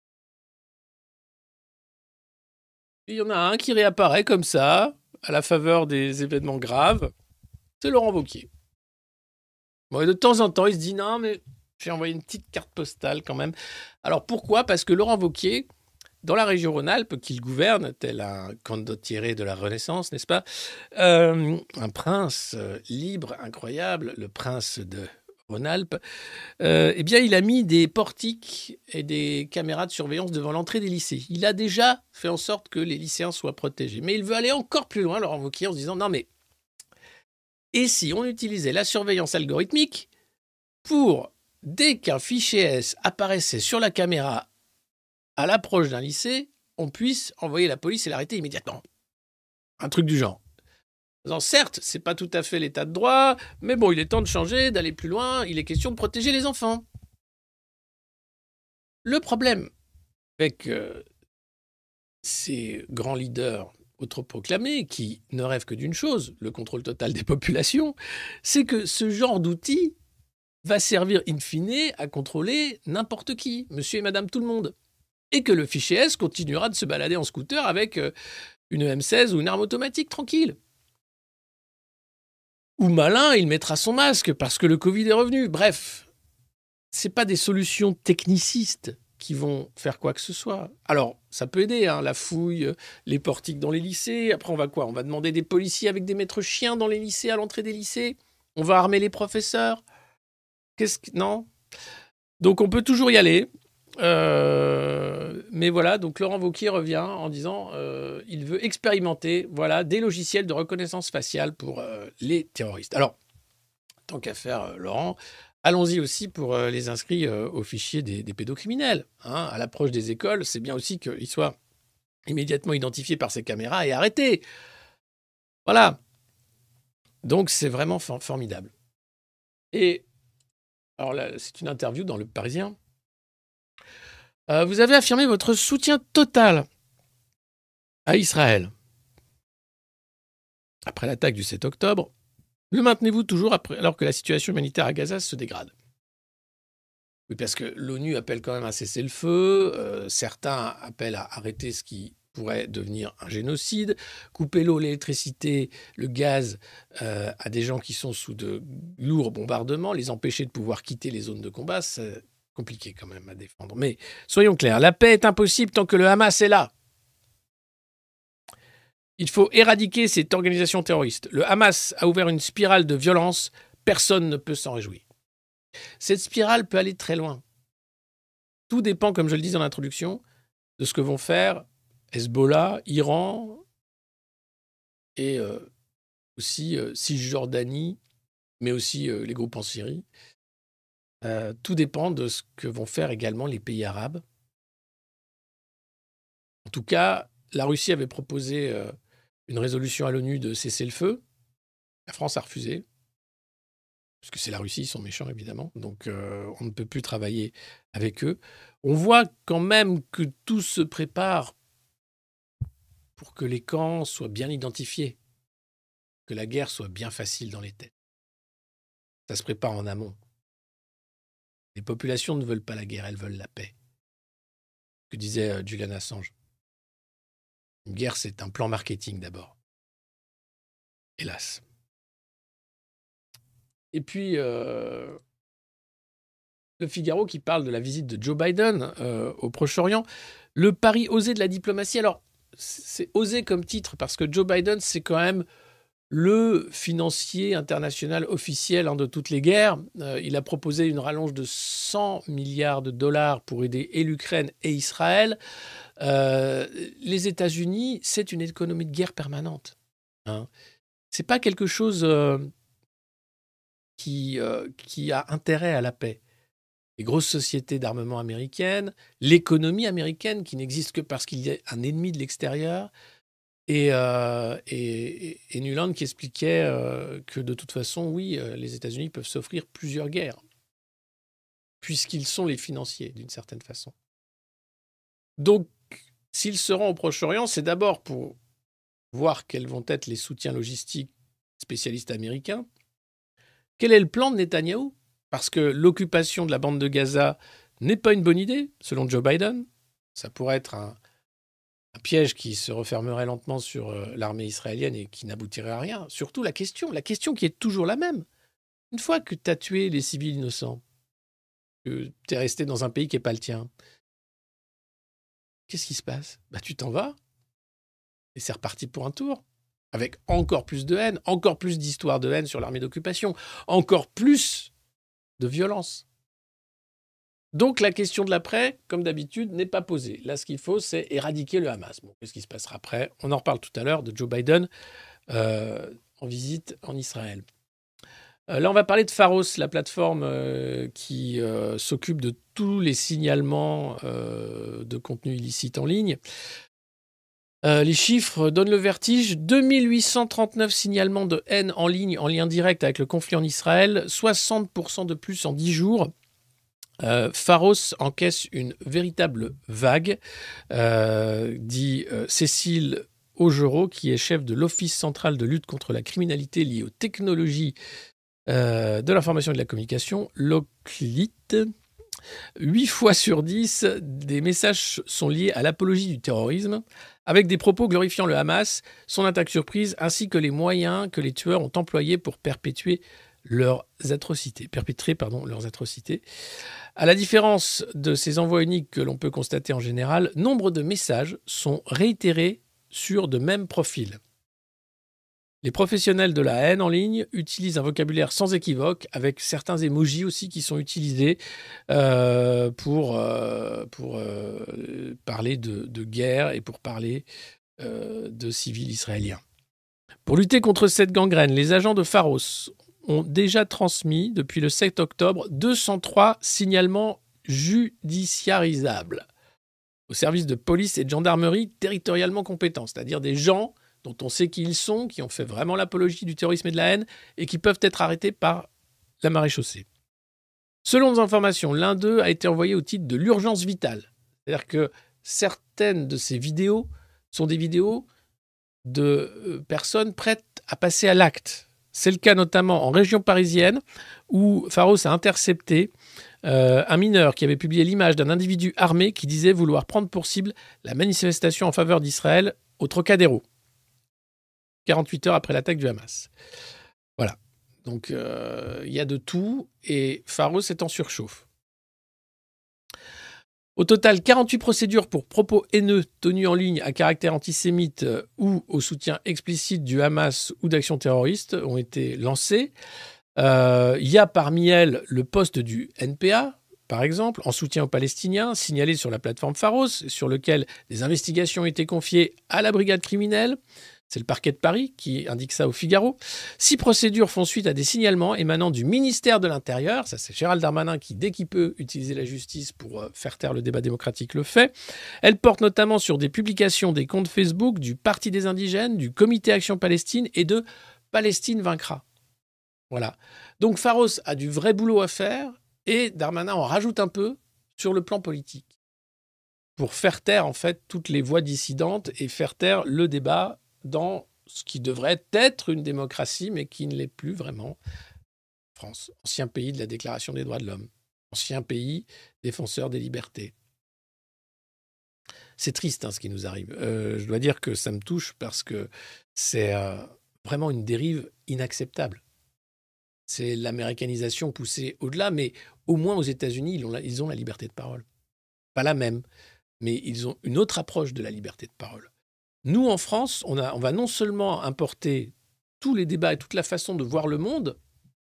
Il y en a un qui réapparaît comme ça, à la faveur des événements graves. C'est Laurent Wauquiez. Bon, et de temps en temps, il se dit non, mais j'ai envoyé une petite carte postale quand même. Alors pourquoi ? Parce que Laurent Wauquiez, dans la région Rhône-Alpes, qu'il gouverne, tel un condottiere de la Renaissance, n'est-ce pas ? euh, Un prince euh, libre, incroyable, le prince de Rhône-Alpes, euh, eh bien, il a mis des portiques et des caméras de surveillance devant l'entrée des lycées. Il a déjà fait en sorte que les lycéens soient protégés. Mais il veut aller encore plus loin, Laurent Wauquiez, en se disant, non mais, et si on utilisait la surveillance algorithmique pour, dès qu'un fichier S apparaissait sur la caméra à l'approche d'un lycée, on puisse envoyer la police et l'arrêter immédiatement. Un truc du genre. Alors, certes, c'est pas tout à fait l'état de droit, mais bon, il est temps de changer, d'aller plus loin. Il est question de protéger les enfants. Le problème avec euh, ces grands leaders autoproclamés qui ne rêvent que d'une chose, le contrôle total des populations, c'est que ce genre d'outil va servir in fine à contrôler n'importe qui, monsieur et madame tout le monde. Et que le fichier S continuera de se balader en scooter avec euh, une M seize ou une arme automatique tranquille. Ou malin, il mettra son masque parce que le Covid est revenu. Bref, ce n'est pas des solutions technicistes qui vont faire quoi que ce soit. Alors, ça peut aider, hein, la fouille, les portiques dans les lycées. Après, on va quoi ? On va demander des policiers avec des maîtres chiens dans les lycées, à l'entrée des lycées. On va armer les professeurs. Qu'est-ce que... Non. Donc, on peut toujours y aller. Euh, mais voilà, donc Laurent Wauquiez revient en disant euh, il veut expérimenter voilà, des logiciels de reconnaissance faciale pour euh, les terroristes. Alors, tant qu'à faire, euh, Laurent, allons-y aussi pour euh, les inscrits euh, au fichier des, des pédocriminels. Hein. À l'approche des écoles, c'est bien aussi qu'ils soient immédiatement identifiés par ces caméras et arrêtés. Voilà. Donc, c'est vraiment for- formidable. Et alors là, c'est une interview dans Le Parisien. Euh, vous avez affirmé votre soutien total à Israël. Après l'attaque du sept octobre, le maintenez-vous toujours après, alors que la situation humanitaire à Gaza se dégrade ? Oui, parce que l'ONU appelle quand même à cesser le feu, euh, certains appellent à arrêter ce qui pourrait devenir un génocide, couper l'eau, l'électricité, le gaz euh, à des gens qui sont sous de lourds bombardements, les empêcher de pouvoir quitter les zones de combat, c'est compliqué quand même à défendre. Mais soyons clairs, la paix est impossible tant que le Hamas est là. Il faut éradiquer cette organisation terroriste. Le Hamas a ouvert une spirale de violence, personne ne peut s'en réjouir. Cette spirale peut aller très loin. Tout dépend, comme je le dis dans l'introduction, de ce que vont faire Hezbollah, Iran et euh, aussi euh, Cisjordanie, mais aussi euh, les groupes en Syrie. Euh, tout dépend de ce que vont faire également les pays arabes. En tout cas, la Russie avait proposé euh, une résolution à l'ONU de cesser le feu. La France a refusé. parce que c'est la Russie, ils sont méchants évidemment, donc euh, on ne peut plus travailler avec eux. On voit quand même que tout se prépare pour que les camps soient bien identifiés, que la guerre soit bien facile dans les têtes. Ça se prépare en amont. Les populations ne veulent pas la guerre, elles veulent la paix. Ce que disait euh, Julian Assange. Une guerre, c'est un plan marketing d'abord. Hélas. Et puis, euh, Le Figaro qui parle de la visite de Joe Biden euh, au Proche-Orient. Le pari osé de la diplomatie. Alors, c'est osé comme titre parce que Joe Biden, c'est quand même le financier international officiel hein, de toutes les guerres. Euh, il a proposé une rallonge de cent milliards de dollars pour aider et l'Ukraine et Israël. Euh, les États-Unis, c'est une économie de guerre permanente. Hein. C'est pas quelque chose euh, qui, euh, qui a intérêt à la paix. Les grosses sociétés d'armement américaines, l'économie américaine qui n'existe que parce qu'il y a un ennemi de l'extérieur, et, euh, et, et, et Nuland qui expliquait euh, que de toute façon, oui, euh, les États-Unis peuvent s'offrir plusieurs guerres, puisqu'ils sont les financiers d'une certaine façon. Donc, s'ils se rendent au Proche-Orient, c'est d'abord pour voir quels vont être les soutiens logistiques spécialistes américains. Quel est le plan de Netanyahou ? Parce que l'occupation de la bande de Gaza n'est pas une bonne idée, selon Joe Biden. Ça pourrait être un, un piège qui se refermerait lentement sur euh, l'armée israélienne et qui n'aboutirait à rien. Surtout la question, la question qui est toujours la même. Une fois que tu as tué les civils innocents, que tu es resté dans un pays qui n'est pas le tien, qu'est-ce qui se passe ? Bah, tu t'en vas et c'est reparti pour un tour. Avec encore plus de haine, encore plus d'histoires de haine sur l'armée d'occupation, encore plus de violence. Donc la question de l'après, comme d'habitude, n'est pas posée. Là, ce qu'il faut, c'est éradiquer le Hamas. Bon, qu'est-ce qui se passera après ? On en reparle tout à l'heure de Joe Biden euh, en visite en Israël. Euh, là, on va parler de Pharos, la plateforme euh, qui euh, s'occupe de tous les signalements euh, de contenu illicite en ligne. Euh, les chiffres donnent le vertige. deux mille huit cent trente-neuf signalements de haine en ligne, en lien direct avec le conflit en Israël, soixante pour cent de plus en dix jours. Euh, Pharos encaisse une véritable vague, euh, dit euh, Cécile Augereau, qui est chef de l'Office central de lutte contre la criminalité liée aux technologies euh, de l'information et de la communication, l'O C L I T. huit fois sur dix, des messages sont liés à l'apologie du terrorisme, avec des propos glorifiant le Hamas, son attaque surprise, ainsi que les moyens que les tueurs ont employés pour perpétuer leurs atrocités, perpétrer pardon, leurs atrocités. À la différence de ces envois uniques que l'on peut constater en général, nombre de messages sont réitérés sur de mêmes profils. Les professionnels de la haine en ligne utilisent un vocabulaire sans équivoque, avec certains emojis aussi qui sont utilisés euh, pour, euh, pour euh, parler de, de guerre et pour parler euh, de civils israéliens. Pour lutter contre cette gangrène, les agents de Pharos ont déjà transmis, depuis le sept octobre, deux cent trois signalements judiciarisables au service de police et de gendarmerie territorialement compétents, c'est-à-dire des gens dont on sait qui ils sont, qui ont fait vraiment l'apologie du terrorisme et de la haine, et qui peuvent être arrêtés par la maréchaussée. Selon nos informations, l'un d'eux a été envoyé au titre de l'urgence vitale. C'est-à-dire que certaines de ces vidéos sont des vidéos de personnes prêtes à passer à l'acte. C'est le cas notamment en région parisienne, où Pharos a intercepté euh, un mineur qui avait publié l'image d'un individu armé qui disait vouloir prendre pour cible la manifestation en faveur d'Israël au Trocadéro, quarante-huit heures après l'attaque du Hamas. Voilà. Donc, il euh, y a de tout, et Pharos est en surchauffe. Au total, quarante-huit procédures pour propos haineux tenus en ligne à caractère antisémite euh, ou au soutien explicite du Hamas ou d'actions terroristes ont été lancées. Euh, il y a parmi elles le poste du N P A, par exemple, en soutien aux Palestiniens, signalé sur la plateforme Pharos, sur lequel des investigations ont été confiées à la brigade criminelle. C'est le parquet de Paris qui indique ça au Figaro. Six procédures font suite à des signalements émanant du ministère de l'Intérieur. Ça, c'est Gérald Darmanin qui, dès qu'il peut utiliser la justice pour faire taire le débat démocratique, le fait. Elles portent notamment sur des publications des comptes Facebook du Parti des Indigènes, du Comité Action Palestine et de Palestine vaincra. Voilà. Donc Pharos a du vrai boulot à faire et Darmanin en rajoute un peu sur le plan politique pour faire taire en fait toutes les voix dissidentes et faire taire le débat dans ce qui devrait être une démocratie mais qui ne l'est plus vraiment. France, ancien pays de la Déclaration des droits de l'homme, ancien pays défenseur des libertés. C'est triste hein, ce qui nous arrive. Euh, je dois dire que ça me touche parce que c'est euh, vraiment une dérive inacceptable. C'est l'américanisation poussée au-delà, mais au moins aux États-Unis, ils ont, la, ils ont la liberté de parole. Pas la même, mais ils ont une autre approche de la liberté de parole. Nous, en France, on, a, on va non seulement importer tous les débats et toute la façon de voir le monde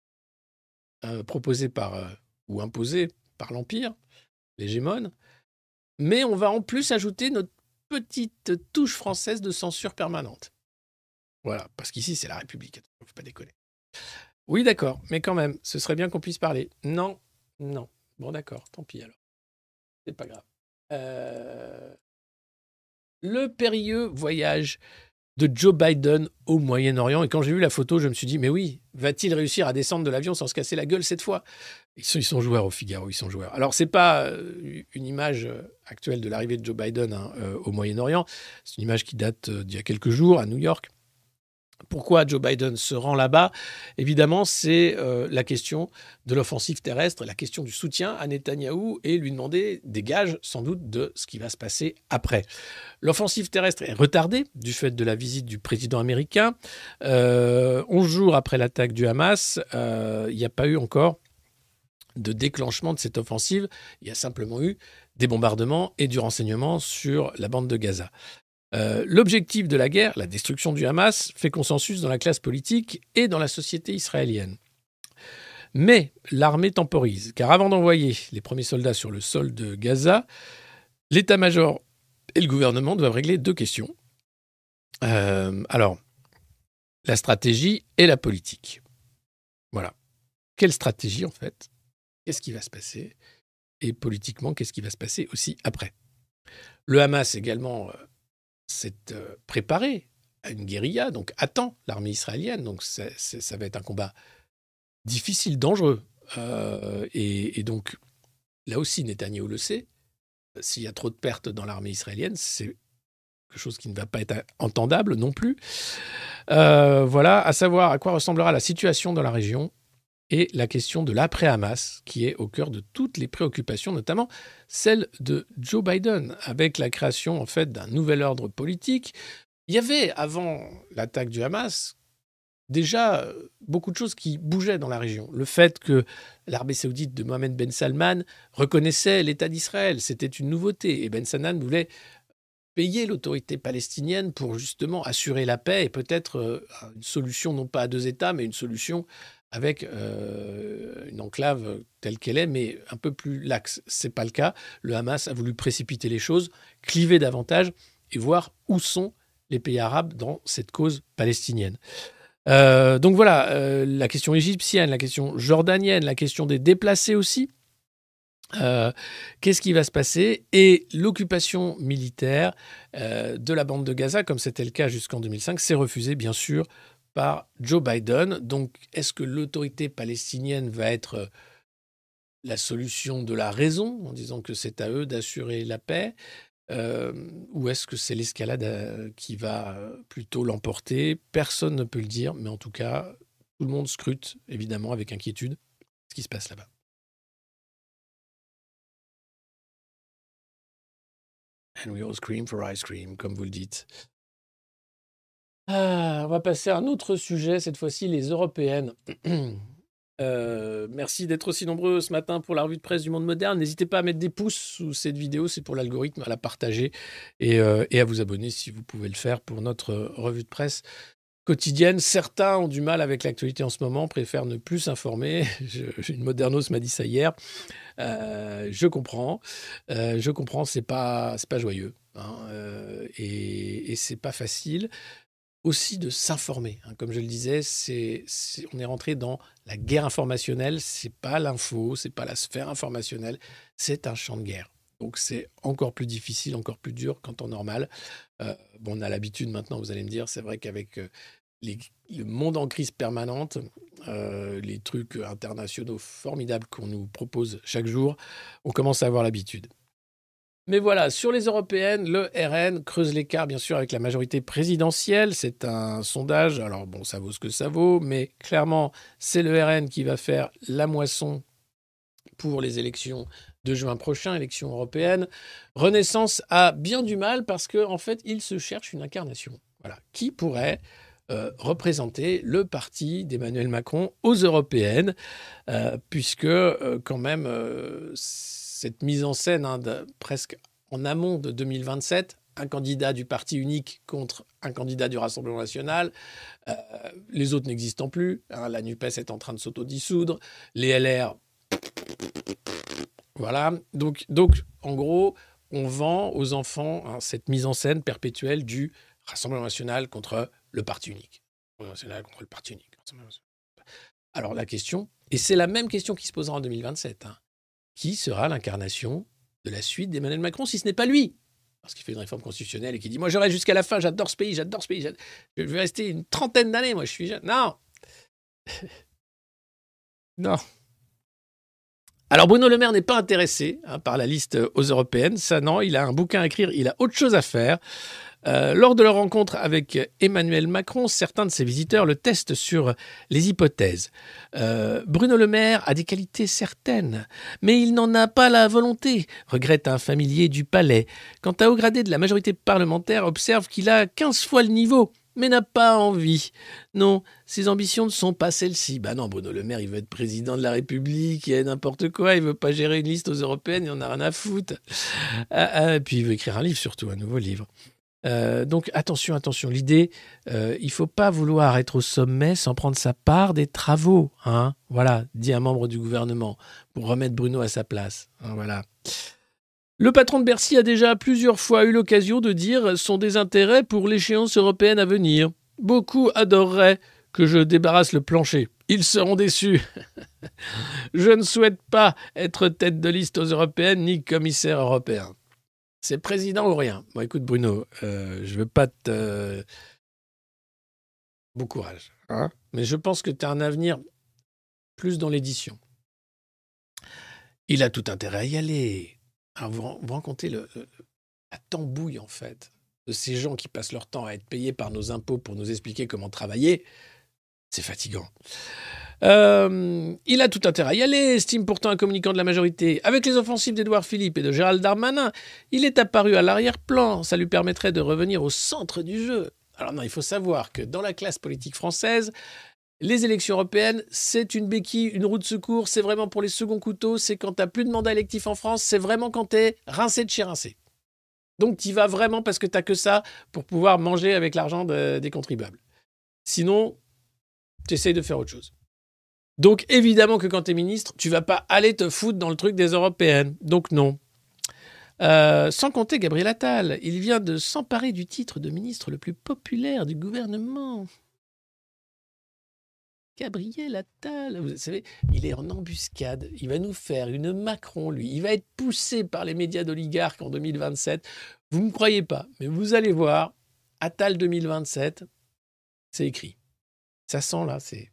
euh, proposés par, euh, ou imposés par l'Empire, l'hégémone, mais on va en plus ajouter notre petite touche française de censure permanente. Voilà, parce qu'ici, c'est la République. Il ne faut pas déconner. Oui, d'accord, mais quand même, ce serait bien qu'on puisse parler. Non, non. Bon, d'accord, tant pis alors. C'est pas grave. Euh... Le périlleux voyage de Joe Biden au Moyen-Orient. Et quand j'ai vu la photo, je me suis dit, mais oui, va-t-il réussir à descendre de l'avion sans se casser la gueule cette fois ? Ils sont, ils sont joueurs au Figaro, ils sont joueurs. Alors, ce n'est pas une image actuelle de l'arrivée de Joe Biden hein, euh, au Moyen-Orient. C'est une image qui date d'il y a quelques jours à New York. Pourquoi Joe Biden se rend là-bas ? Évidemment, c'est euh, la question de l'offensive terrestre, la question du soutien à Netanyahou et lui demander des gages, sans doute, de ce qui va se passer après. L'offensive terrestre est retardée du fait de la visite du président américain. Euh, onze jours après l'attaque du Hamas, euh, il n'y a pas eu encore de déclenchement de cette offensive. Il y a simplement eu des bombardements et du renseignement sur la bande de Gaza. Euh, l'objectif de la guerre, la destruction du Hamas, fait consensus dans la classe politique et dans la société israélienne. Mais l'armée temporise, car avant d'envoyer les premiers soldats sur le sol de Gaza, l'état-major et le gouvernement doivent régler deux questions. Euh, alors, la stratégie et la politique. Voilà. Quelle stratégie, en fait ? Qu'est-ce qui va se passer ? Et politiquement, qu'est-ce qui va se passer aussi après ? Le Hamas également... Euh, s'est euh, préparé à une guérilla, donc attend l'armée israélienne. Donc c'est, c'est, ça va être un combat difficile, dangereux. Euh, et, et donc, là aussi, Netanyahou le sait, s'il y a trop de pertes dans l'armée israélienne, c'est quelque chose qui ne va pas être entendable non plus. Euh, voilà, à savoir à quoi ressemblera la situation dans la région et la question de l'après-Hamas, qui est au cœur de toutes les préoccupations, notamment celle de Joe Biden, avec la création en fait d'un nouvel ordre politique. Il y avait, avant l'attaque du Hamas, déjà beaucoup de choses qui bougeaient dans la région. Le fait que l'Arabie saoudite de Mohammed Ben Salman reconnaissait l'État d'Israël, c'était une nouveauté. Et Ben Salman voulait payer l'autorité palestinienne pour justement assurer la paix et peut-être une solution non pas à deux États, mais une solution avec euh, une enclave telle qu'elle est, mais un peu plus laxe. Ce n'est pas le cas. Le Hamas a voulu précipiter les choses, cliver davantage et voir où sont les pays arabes dans cette cause palestinienne. Euh, donc voilà, euh, la question égyptienne, la question jordanienne, la question des déplacés aussi. Euh, qu'est-ce qui va se passer ? Et l'occupation militaire euh, de la bande de Gaza, comme c'était le cas jusqu'en deux mille cinq, s'est refusée, bien sûr, par Joe Biden. Donc, est-ce que l'autorité palestinienne va être la solution de la raison, en disant que c'est à eux d'assurer la paix, euh, ou est-ce que c'est l'escalade qui va plutôt l'emporter ? Personne ne peut le dire, mais en tout cas, tout le monde scrute, évidemment, avec inquiétude, ce qui se passe là-bas. And we all scream for ice cream, comme vous le dites. Ah, on va passer à un autre sujet, cette fois-ci les européennes. euh, merci d'être aussi nombreux ce matin pour la revue de presse du Monde Moderne. N'hésitez pas à mettre des pouces sous cette vidéo, c'est pour l'algorithme, à la partager et, euh, et à vous abonner si vous pouvez le faire pour notre revue de presse quotidienne. Certains ont du mal avec l'actualité en ce moment, préfèrent ne plus s'informer. Je, une modernos m'a dit ça hier. Euh, je comprends, euh, je comprends, c'est pas, c'est pas joyeux hein, euh, et, et c'est pas facile. Aussi de s'informer. Hein. Comme je le disais, c'est, c'est, on est rentré dans la guerre informationnelle. C'est pas l'info, c'est pas la sphère informationnelle, c'est un champ de guerre. Donc c'est encore plus difficile, encore plus dur qu'en temps normal. Euh, bon, on a l'habitude maintenant, vous allez me dire, c'est vrai qu'avec euh, les, le monde en crise permanente, euh, les trucs internationaux formidables qu'on nous propose chaque jour, on commence à avoir l'habitude. Mais voilà, sur les européennes, le R N creuse l'écart, bien sûr, avec la majorité présidentielle. C'est un sondage, alors bon, ça vaut ce que ça vaut, mais clairement, c'est le R N qui va faire la moisson pour les élections de juin prochain, élections européennes. Renaissance a bien du mal parce qu'en en fait, il se cherche une incarnation. Voilà, qui pourrait euh, représenter le parti d'Emmanuel Macron aux européennes, euh, puisque euh, quand même... Euh, cette mise en scène hein, de, presque en amont de deux mille vingt-sept, un candidat du parti unique contre un candidat du Rassemblement national, euh, les autres n'existant plus, hein, la NUPES est en train de s'autodissoudre, les L R, voilà. Donc, donc en gros, on vend aux enfants hein, cette mise en scène perpétuelle du Rassemblement national contre le parti unique. Rassemblement national contre le parti unique. Alors la question, et c'est la même question qui se posera en deux mille vingt-sept, hein, qui sera l'incarnation de la suite d'Emmanuel Macron, si ce n'est pas lui, parce qu'il fait une réforme constitutionnelle et qui dit « Moi, je reste jusqu'à la fin, j'adore ce pays, j'adore ce pays, j'adore... je vais rester une trentaine d'années, moi, je suis jeune. » Non. Non. Alors, Bruno Le Maire n'est pas intéressé hein, par la liste aux européennes. Ça, non, il a un bouquin à écrire, il a autre chose à faire. Euh, lors de leur rencontre avec Emmanuel Macron, certains de ses visiteurs le testent sur les hypothèses. Euh, Bruno Le Maire a des qualités certaines, mais il n'en a pas la volonté, regrette un familier du Palais. Quant à haut gradé de la majorité parlementaire, observe qu'il a quinze fois le niveau, mais n'a pas envie. Non, ses ambitions ne sont pas celles-ci. Bah non, Bruno Le Maire, il veut être président de la République, il y a n'importe quoi, il veut pas gérer une liste aux européennes, il en a rien à foutre. Ah, ah, et puis il veut écrire un livre surtout, un nouveau livre. Euh, donc attention, attention, l'idée, euh, il ne faut pas vouloir être au sommet sans prendre sa part des travaux. Hein, voilà, dit un membre du gouvernement, pour remettre Bruno à sa place. Hein, voilà. Le patron de Bercy a déjà plusieurs fois eu l'occasion de dire son désintérêt pour l'échéance européenne à venir. Beaucoup adoreraient que je débarrasse le plancher. Ils seront déçus. Je ne souhaite pas être tête de liste aux européennes ni commissaire européen. C'est président ou rien. Bon, écoute, Bruno, euh, je veux pas te... Euh... Bon courage. Hein, mais je pense que tu as un avenir plus dans l'édition. Il a tout intérêt à y aller. Alors, vous vous rencontrez le, le, la tambouille, en fait, de ces gens qui passent leur temps à être payés par nos impôts pour nous expliquer comment travailler. C'est fatigant. Euh, il a tout intérêt à y aller, estime pourtant un communicant de la majorité. Avec les offensives d'Édouard Philippe et de Gérald Darmanin, il est apparu à l'arrière-plan. Ça lui permettrait de revenir au centre du jeu. Alors non, il faut savoir que dans la classe politique française, les élections européennes, c'est une béquille, une roue de secours, c'est vraiment pour les seconds couteaux, c'est quand tu n'as plus de mandat électif en France, c'est vraiment quand tu es rincé de chez rincé. Donc tu y vas vraiment parce que tu n'as que ça pour pouvoir manger avec l'argent de, des contribuables. Sinon, tu essayes de faire autre chose. Donc, évidemment que quand tu es ministre, tu vas pas aller te foutre dans le truc des européennes. Donc, non. Euh, sans compter Gabriel Attal. Il vient de s'emparer du titre de ministre le plus populaire du gouvernement. Gabriel Attal, vous savez, il est en embuscade. Il va nous faire une Macron, lui. Il va être poussé par les médias d'oligarques en deux mille vingt-sept. Vous ne me croyez pas, mais vous allez voir, Attal deux mille vingt-sept, c'est écrit. Ça sent là, c'est...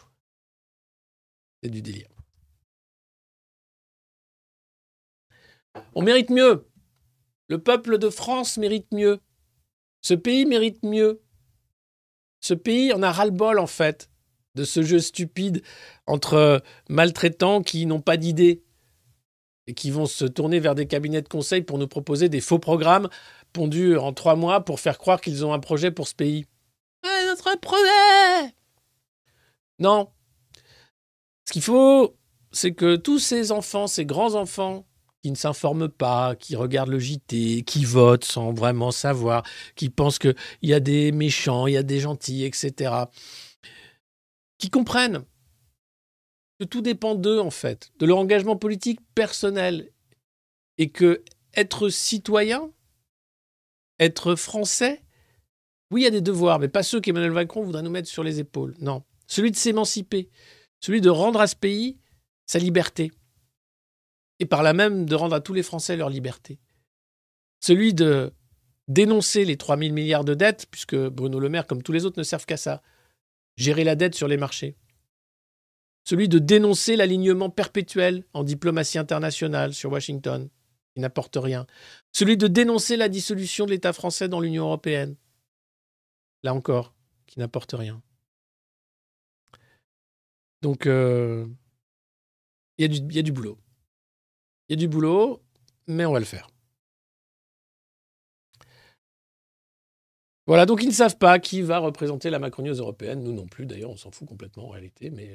C'est du délire. On mérite mieux. Le peuple de France mérite mieux. Ce pays mérite mieux. Ce pays en a ras-le-bol, en fait, de ce jeu stupide entre maltraitants qui n'ont pas d'idées et qui vont se tourner vers des cabinets de conseil pour nous proposer des faux programmes pondus en trois mois pour faire croire qu'ils ont un projet pour ce pays. Ah, notre projet! Non. Ce qu'il faut, c'est que tous ces enfants, ces grands-enfants qui ne s'informent pas, qui regardent le J T, qui votent sans vraiment savoir, qui pensent qu'il y a des méchants, il y a des gentils, et cetera, qui comprennent que tout dépend d'eux, en fait, de leur engagement politique personnel, et que être citoyen, être français, oui, il y a des devoirs, mais pas ceux qu'Emmanuel Macron voudrait nous mettre sur les épaules. Non, celui de s'émanciper. Celui de rendre à ce pays sa liberté. Et par là même de rendre à tous les Français leur liberté. Celui de dénoncer les trois mille milliards de dettes, puisque Bruno Le Maire, comme tous les autres, ne servent qu'à ça. gérer la dette sur les marchés. Celui de dénoncer l'alignement perpétuel en diplomatie internationale sur Washington, qui n'apporte rien. Celui de dénoncer la dissolution de l'État français dans l'Union européenne. Là encore, qui n'apporte rien. Donc, euh, il y a du, il y a du boulot. Il y a du boulot, mais on va le faire. Voilà, donc ils ne savent pas qui va représenter la macronieuse européenne. Nous non plus, d'ailleurs, on s'en fout complètement en réalité, mais...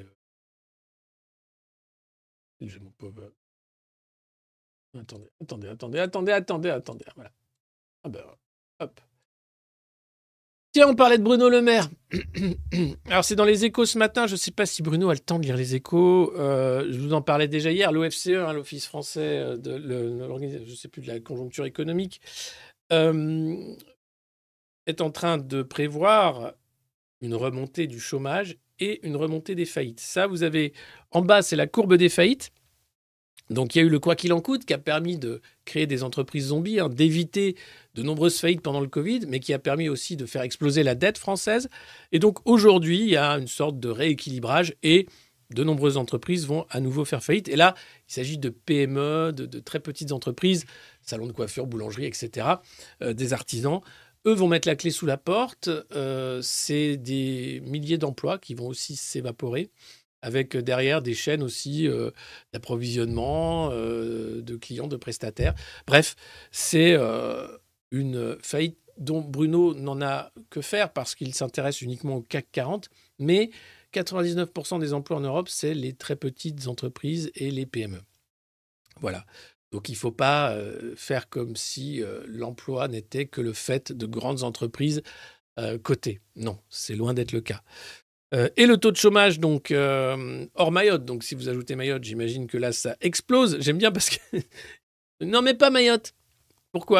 J'ai mon pauvre... Attendez, attendez, attendez, attendez, attendez, attendez. Voilà. Ah ben, hop. Tiens, on parlait de Bruno Le Maire. Alors, c'est dans les Échos ce matin. Je ne sais pas si Bruno a le temps de lire les Échos. Euh, je vous en parlais déjà hier. L'O F C E, hein, l'Office français de l'organisation, je ne sais plus, de la conjoncture économique, euh, est en train de prévoir une remontée du chômage et une remontée des faillites. Ça, vous avez... En bas, c'est la courbe des faillites. Donc, il y a eu le quoi qu'il en coûte qui a permis de créer des entreprises zombies, hein, d'éviter de nombreuses faillites pendant le Covid, mais qui a permis aussi de faire exploser la dette française. Et donc, aujourd'hui, il y a une sorte de rééquilibrage et de nombreuses entreprises vont à nouveau faire faillite. Et là, il s'agit de P M E, de, de très petites entreprises, salons de coiffure, boulangerie, et cetera, euh, des artisans. Eux vont mettre la clé sous la porte. Euh, c'est des milliers d'emplois qui vont aussi s'évaporer, avec derrière des chaînes aussi euh, d'approvisionnement, euh, de clients, de prestataires. Bref, c'est euh, une faillite dont Bruno n'en a que faire parce qu'il s'intéresse uniquement au C A C quarante, mais quatre-vingt-dix-neuf pour cent des emplois en Europe, c'est les très petites entreprises et les P M E. Voilà. Donc il ne faut pas euh, faire comme si euh, l'emploi n'était que le fait de grandes entreprises euh, cotées. Non, c'est loin d'être le cas. Euh, et le taux de chômage, donc, euh, hors Mayotte. Donc, si vous ajoutez Mayotte, j'imagine que là, ça explose. J'aime bien parce que... non, mais pas Mayotte. Pourquoi ?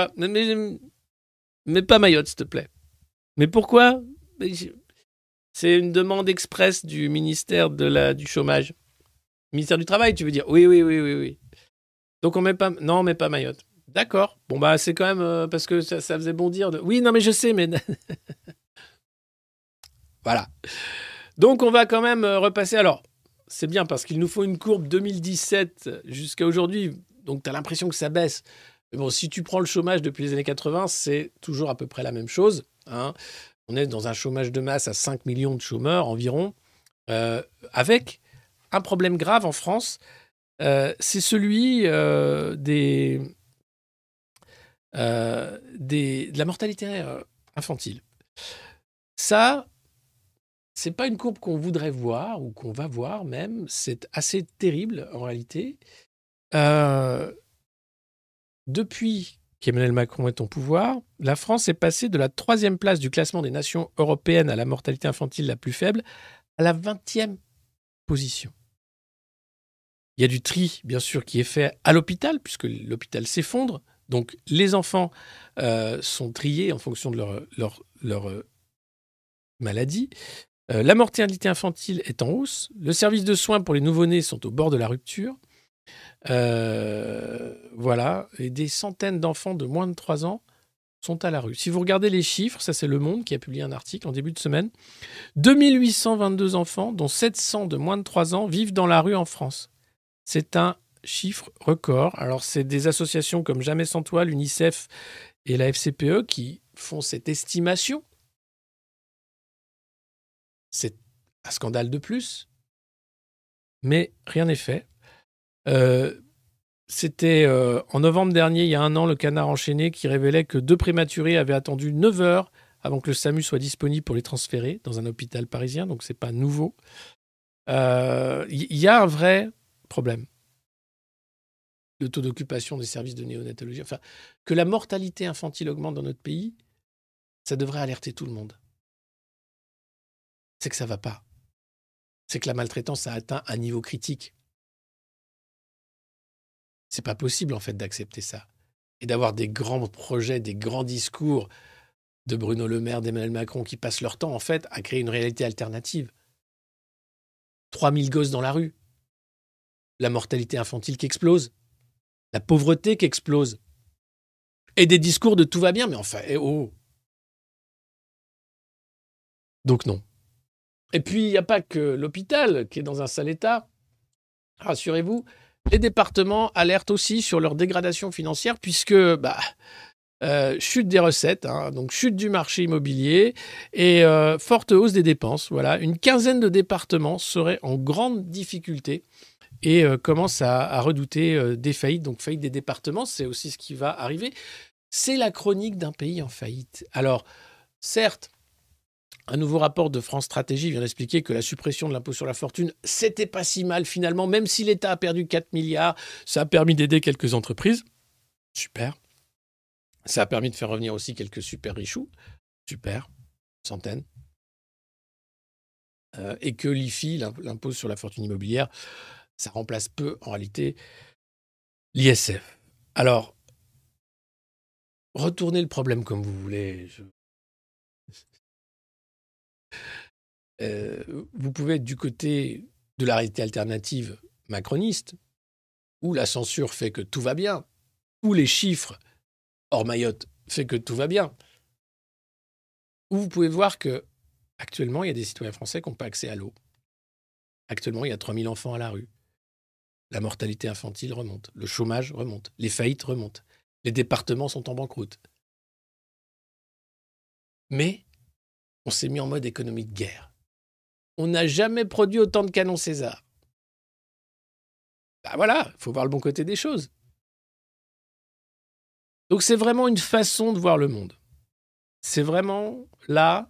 mais, mais, mais pas Mayotte, s'il te plaît. Mais pourquoi ? mais, C'est une demande express du ministère de la, du chômage. Ministère du Travail, tu veux dire ? Oui, oui, oui, oui, oui. Donc, on met pas... Non, on met pas Mayotte. D'accord. Bon, bah, c'est quand même... Euh, parce que ça, ça faisait bondir de... Oui, non, mais je sais, mais... Voilà. Donc, on va quand même repasser. Alors, c'est bien parce qu'il nous faut une courbe deux mille dix-sept jusqu'à aujourd'hui. Donc, tu as l'impression que ça baisse. Mais bon, si tu prends le chômage depuis les années quatre-vingts, c'est toujours à peu près la même chose. Hein. On est dans un chômage de masse à cinq millions de chômeurs environ, euh, avec un problème grave en France. Euh, c'est celui euh, des, euh, des, de la mortalité euh, infantile. Ça... c'est pas une courbe qu'on voudrait voir ou qu'on va voir même. C'est assez terrible en réalité. Euh, depuis qu'Emmanuel Macron est au pouvoir, la France est passée de la troisième place du classement des nations européennes à la mortalité infantile la plus faible à la vingtième position. Il y a du tri, bien sûr, qui est fait à l'hôpital, puisque l'hôpital s'effondre. Donc, les enfants euh, sont triés en fonction de leur, leur, leur euh, maladie. Euh, la mortalité infantile est en hausse. Le service de soins pour les nouveau-nés sont au bord de la rupture. Euh, voilà. Et des centaines d'enfants de moins de trois ans sont à la rue. Si vous regardez les chiffres, ça c'est Le Monde qui a publié un article en début de semaine. deux mille huit cent vingt-deux enfants, dont sept cents de moins de trois ans, vivent dans la rue en France. C'est un chiffre record. Alors c'est des associations comme Jamais sans toi, l'UNICEF et la F C P E qui font cette estimation. C'est un scandale de plus, mais rien n'est fait. Euh, c'était euh, en novembre dernier, il y a un an, le Canard enchaîné qui révélait que deux prématurés avaient attendu neuf heures avant que le SAMU soit disponible pour les transférer dans un hôpital parisien, donc c'est pas nouveau. Il euh, y a un vrai problème. Le taux d'occupation des services de néonatologie, enfin, que la mortalité infantile augmente dans notre pays, ça devrait alerter tout le monde. C'est que ça ne va pas. C'est que la maltraitance a atteint un niveau critique. C'est pas possible, en fait, d'accepter ça. Et d'avoir des grands projets, des grands discours de Bruno Le Maire, d'Emmanuel Macron, qui passent leur temps, en fait, à créer une réalité alternative. trois mille gosses dans la rue. La mortalité infantile qui explose. La pauvreté qui explose. Et des discours de tout va bien, mais enfin, eh oh. Donc non. Et puis, il n'y a pas que l'hôpital qui est dans un sale état. Rassurez-vous, les départements alertent aussi sur leur dégradation financière puisque bah, euh, chute des recettes, hein, donc chute du marché immobilier et euh, forte hausse des dépenses. Voilà, une quinzaine de départements seraient en grande difficulté et euh, commencent à, à redouter euh, des faillites. Donc, faillite des départements, c'est aussi ce qui va arriver. C'est la chronique d'un pays en faillite. Alors, certes, un nouveau rapport de France Stratégie vient d'expliquer que la suppression de l'impôt sur la fortune, c'était pas si mal finalement, même si l'État a perdu quatre milliards, ça a permis d'aider quelques entreprises. Super. Ça a permis de faire revenir aussi quelques super richoux. Super. Centaines. Euh, et que l'I F I, l'impôt sur la fortune immobilière, ça remplace peu en réalité l'I S F. Alors, retournez le problème comme vous voulez. Je... Euh, vous pouvez être du côté de la réalité alternative macroniste, où la censure fait que tout va bien, où les chiffres hors Mayotte fait que tout va bien, où vous pouvez voir que actuellement il y a des citoyens français qui n'ont pas accès à l'eau. Actuellement, il y a trois mille enfants à la rue. La mortalité infantile remonte, le chômage remonte, les faillites remontent, les départements sont en banqueroute. Mais on s'est mis en mode économie de guerre. On n'a jamais produit autant de canons César. Ben voilà, il faut voir le bon côté des choses. Donc c'est vraiment une façon de voir le monde. C'est vraiment là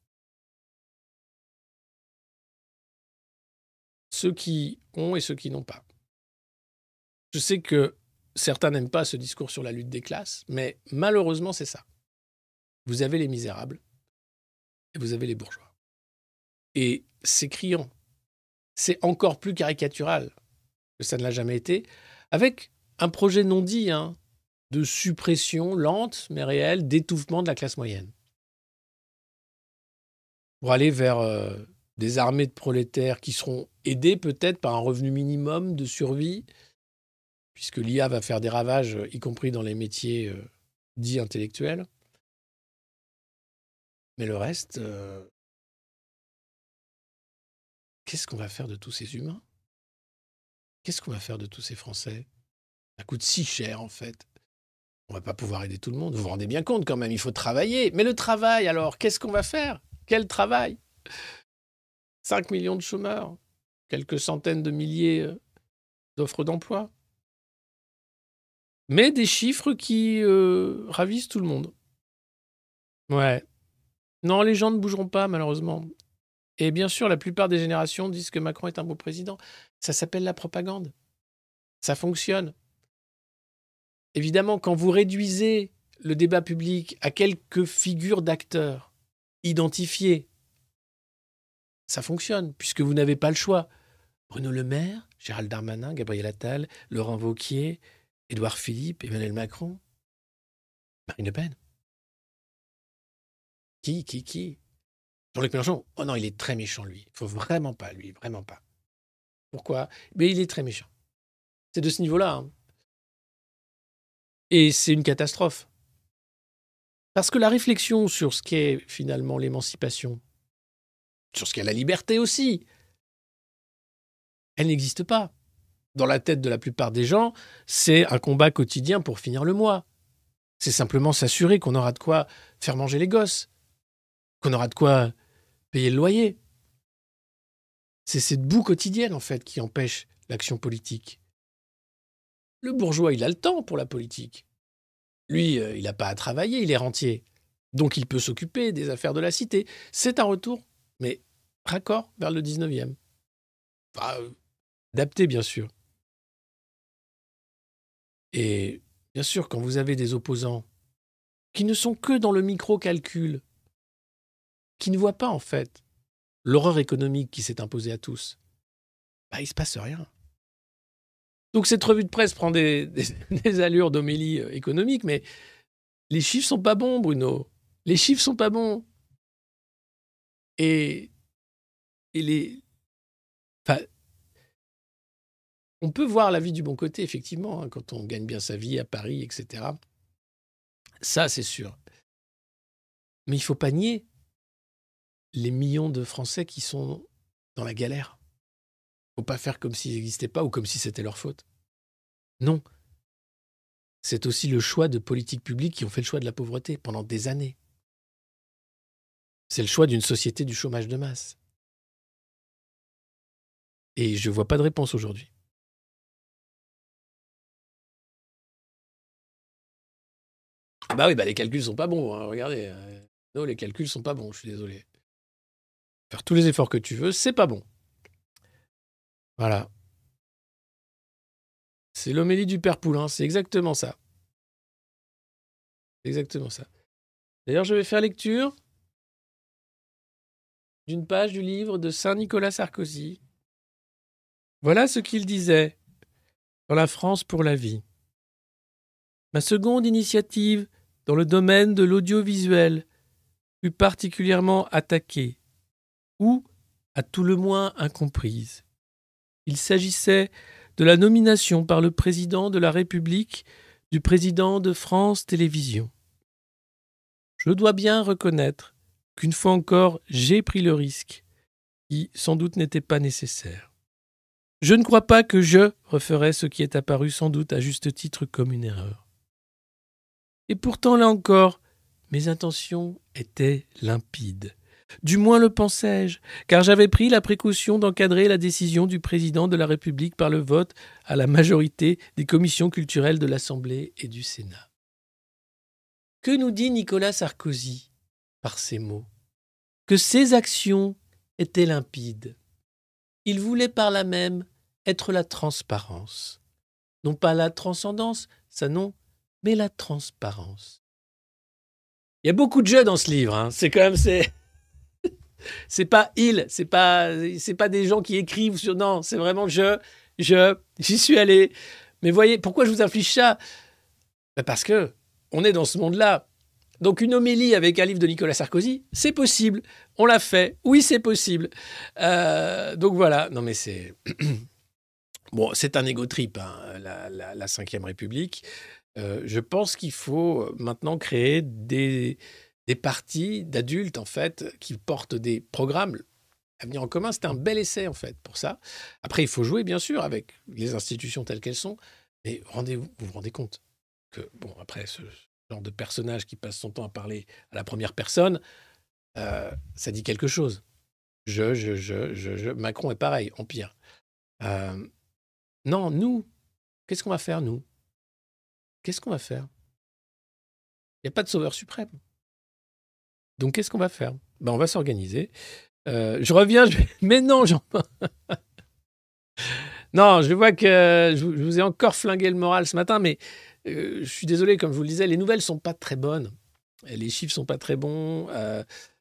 ceux qui ont et ceux qui n'ont pas. Je sais que certains n'aiment pas ce discours sur la lutte des classes, mais malheureusement c'est ça. Vous avez les misérables et vous avez les bourgeois. Et c'est criant. C'est encore plus caricatural que ça ne l'a jamais été, avec un projet non dit, hein, de suppression lente mais réelle d'étouffement de la classe moyenne. Pour aller vers euh, des armées de prolétaires qui seront aidés peut-être par un revenu minimum de survie, puisque l'I A va faire des ravages, y compris dans les métiers euh, dits intellectuels. Mais le reste... Euh... Qu'est-ce qu'on va faire de tous ces humains ? Qu'est-ce qu'on va faire de tous ces Français ? Ça coûte si cher, en fait. On ne va pas pouvoir aider tout le monde. Vous vous rendez bien compte, quand même, il faut travailler. Mais le travail, alors, qu'est-ce qu'on va faire ? Quel travail ? cinq millions de chômeurs, quelques centaines de milliers d'offres d'emploi. Mais des chiffres qui euh, ravissent tout le monde. Ouais. Non, les gens ne bougeront pas, malheureusement. Et bien sûr, la plupart des générations disent que Macron est un beau président. Ça s'appelle la propagande. Ça fonctionne. Évidemment, quand vous réduisez le débat public à quelques figures d'acteurs identifiées, ça fonctionne, puisque vous n'avez pas le choix. Bruno Le Maire, Gérald Darmanin, Gabriel Attal, Laurent Wauquiez, Édouard Philippe, Emmanuel Macron, Marine Le Pen. Qui, qui, qui Jean-Luc Mélenchon, oh non, il est très méchant, lui. Il ne faut vraiment pas, lui, vraiment pas. Pourquoi ? Mais il est très méchant. C'est de ce niveau-là. Hein. Et c'est une catastrophe. Parce que la réflexion sur ce qu'est finalement l'émancipation, sur ce qu'est la liberté aussi, elle n'existe pas. Dans la tête de la plupart des gens, c'est un combat quotidien pour finir le mois. C'est simplement s'assurer qu'on aura de quoi faire manger les gosses, qu'on aura de quoi payer le loyer. C'est cette boue quotidienne, en fait, qui empêche l'action politique. Le bourgeois, il a le temps pour la politique. Lui, euh, il n'a pas à travailler, il est rentier. Donc, il peut s'occuper des affaires de la cité. C'est un retour, mais raccord vers le dix-neuvième. Enfin, euh, adapté, bien sûr. Et bien sûr, quand vous avez des opposants qui ne sont que dans le micro-calcul, qui ne voient pas, en fait, l'horreur économique qui s'est imposée à tous, bah, il ne se passe rien. Donc cette revue de presse prend des, des, des allures d'homélie économique, mais les chiffres sont pas bons, Bruno. Les chiffres sont pas bons. Et, et les... Enfin, on peut voir la vie du bon côté, effectivement, hein, quand on gagne bien sa vie à Paris, et cetera. Ça, c'est sûr. Mais il ne faut pas nier les millions de Français qui sont dans la galère. Faut pas faire comme s'ils n'existaient pas ou comme si c'était leur faute. Non. C'est aussi le choix de politiques publiques qui ont fait le choix de la pauvreté pendant des années. C'est le choix d'une société du chômage de masse. Et je ne vois pas de réponse aujourd'hui. Bah oui, bah les calculs sont pas bons. Hein. Regardez, euh, non, les calculs sont pas bons, je suis désolé. Faire tous les efforts que tu veux, c'est pas bon. Voilà. C'est l'homélie du Père Poulain, c'est exactement ça. C'est exactement ça. D'ailleurs, je vais faire lecture d'une page du livre de Saint Nicolas Sarkozy. Voilà ce qu'il disait dans La France pour la vie. Ma seconde initiative dans le domaine de l'audiovisuel fut particulièrement attaquée, ou à tout le moins incomprise. Il s'agissait de la nomination par le président de la République du président de France Télévisions. Je dois bien reconnaître qu'une fois encore, j'ai pris le risque, qui sans doute n'était pas nécessaire. Je ne crois pas que je referai ce qui est apparu sans doute à juste titre comme une erreur. Et pourtant, là encore, mes intentions étaient limpides. Du moins le pensais-je, car j'avais pris la précaution d'encadrer la décision du président de la République par le vote à la majorité des commissions culturelles de l'Assemblée et du Sénat. Que nous dit Nicolas Sarkozy par ces mots? Que ses actions étaient limpides. Il voulait par là même être la transparence. Non pas la transcendance, ça non, mais la transparence. Il y a beaucoup de jeux dans ce livre. Hein. C'est quand même... C'est... c'est pas il, c'est pas, c'est pas des gens qui écrivent sur... Non, c'est vraiment je, je, j'y suis allé. Mais voyez, pourquoi je vous inflige ça? Ben parce que on est dans ce monde-là. Donc une homélie avec un livre de Nicolas Sarkozy, c'est possible. On l'a fait. Oui, c'est possible. Euh, donc voilà. Non mais c'est... bon, c'est un égo trip, hein, la, la, la cinquième République. Euh, je pense qu'il faut maintenant créer des, des partis d'adultes, en fait, qui portent des programmes. Avenir en commun, c'est un bel essai, en fait, pour ça. Après, il faut jouer, bien sûr, avec les institutions telles qu'elles sont. Mais rendez-vous, vous vous rendez compte que, bon, après, ce genre de personnage qui passe son temps à parler à la première personne, euh, ça dit quelque chose. Je, je, je, je, je. Macron est pareil, en pire. Euh, non, nous, qu'est-ce qu'on va faire, nous? Qu'est-ce qu'on va faire? Il n'y a pas de sauveur suprême. Donc, qu'est-ce qu'on va faire? Ben, on va s'organiser. Euh, je reviens, je... mais non, Jean. Non, je vois que je vous ai encore flingué le moral ce matin, mais euh, je suis désolé, comme je vous le disais, les nouvelles ne sont pas très bonnes. Les chiffres ne sont pas très bons. Euh,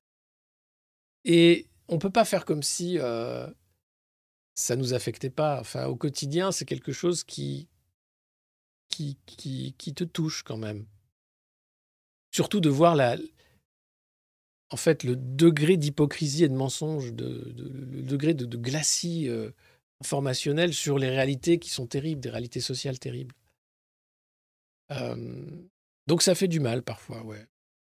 et on ne peut pas faire comme si euh, ça ne nous affectait pas. Enfin, au quotidien, c'est quelque chose qui... Qui, qui, qui te touche quand même. Surtout de voir la, en fait, le degré d'hypocrisie et de mensonge, de, de, le degré de, de glacis euh, informationnel sur les réalités qui sont terribles, des réalités sociales terribles. Euh, donc ça fait du mal parfois, ouais.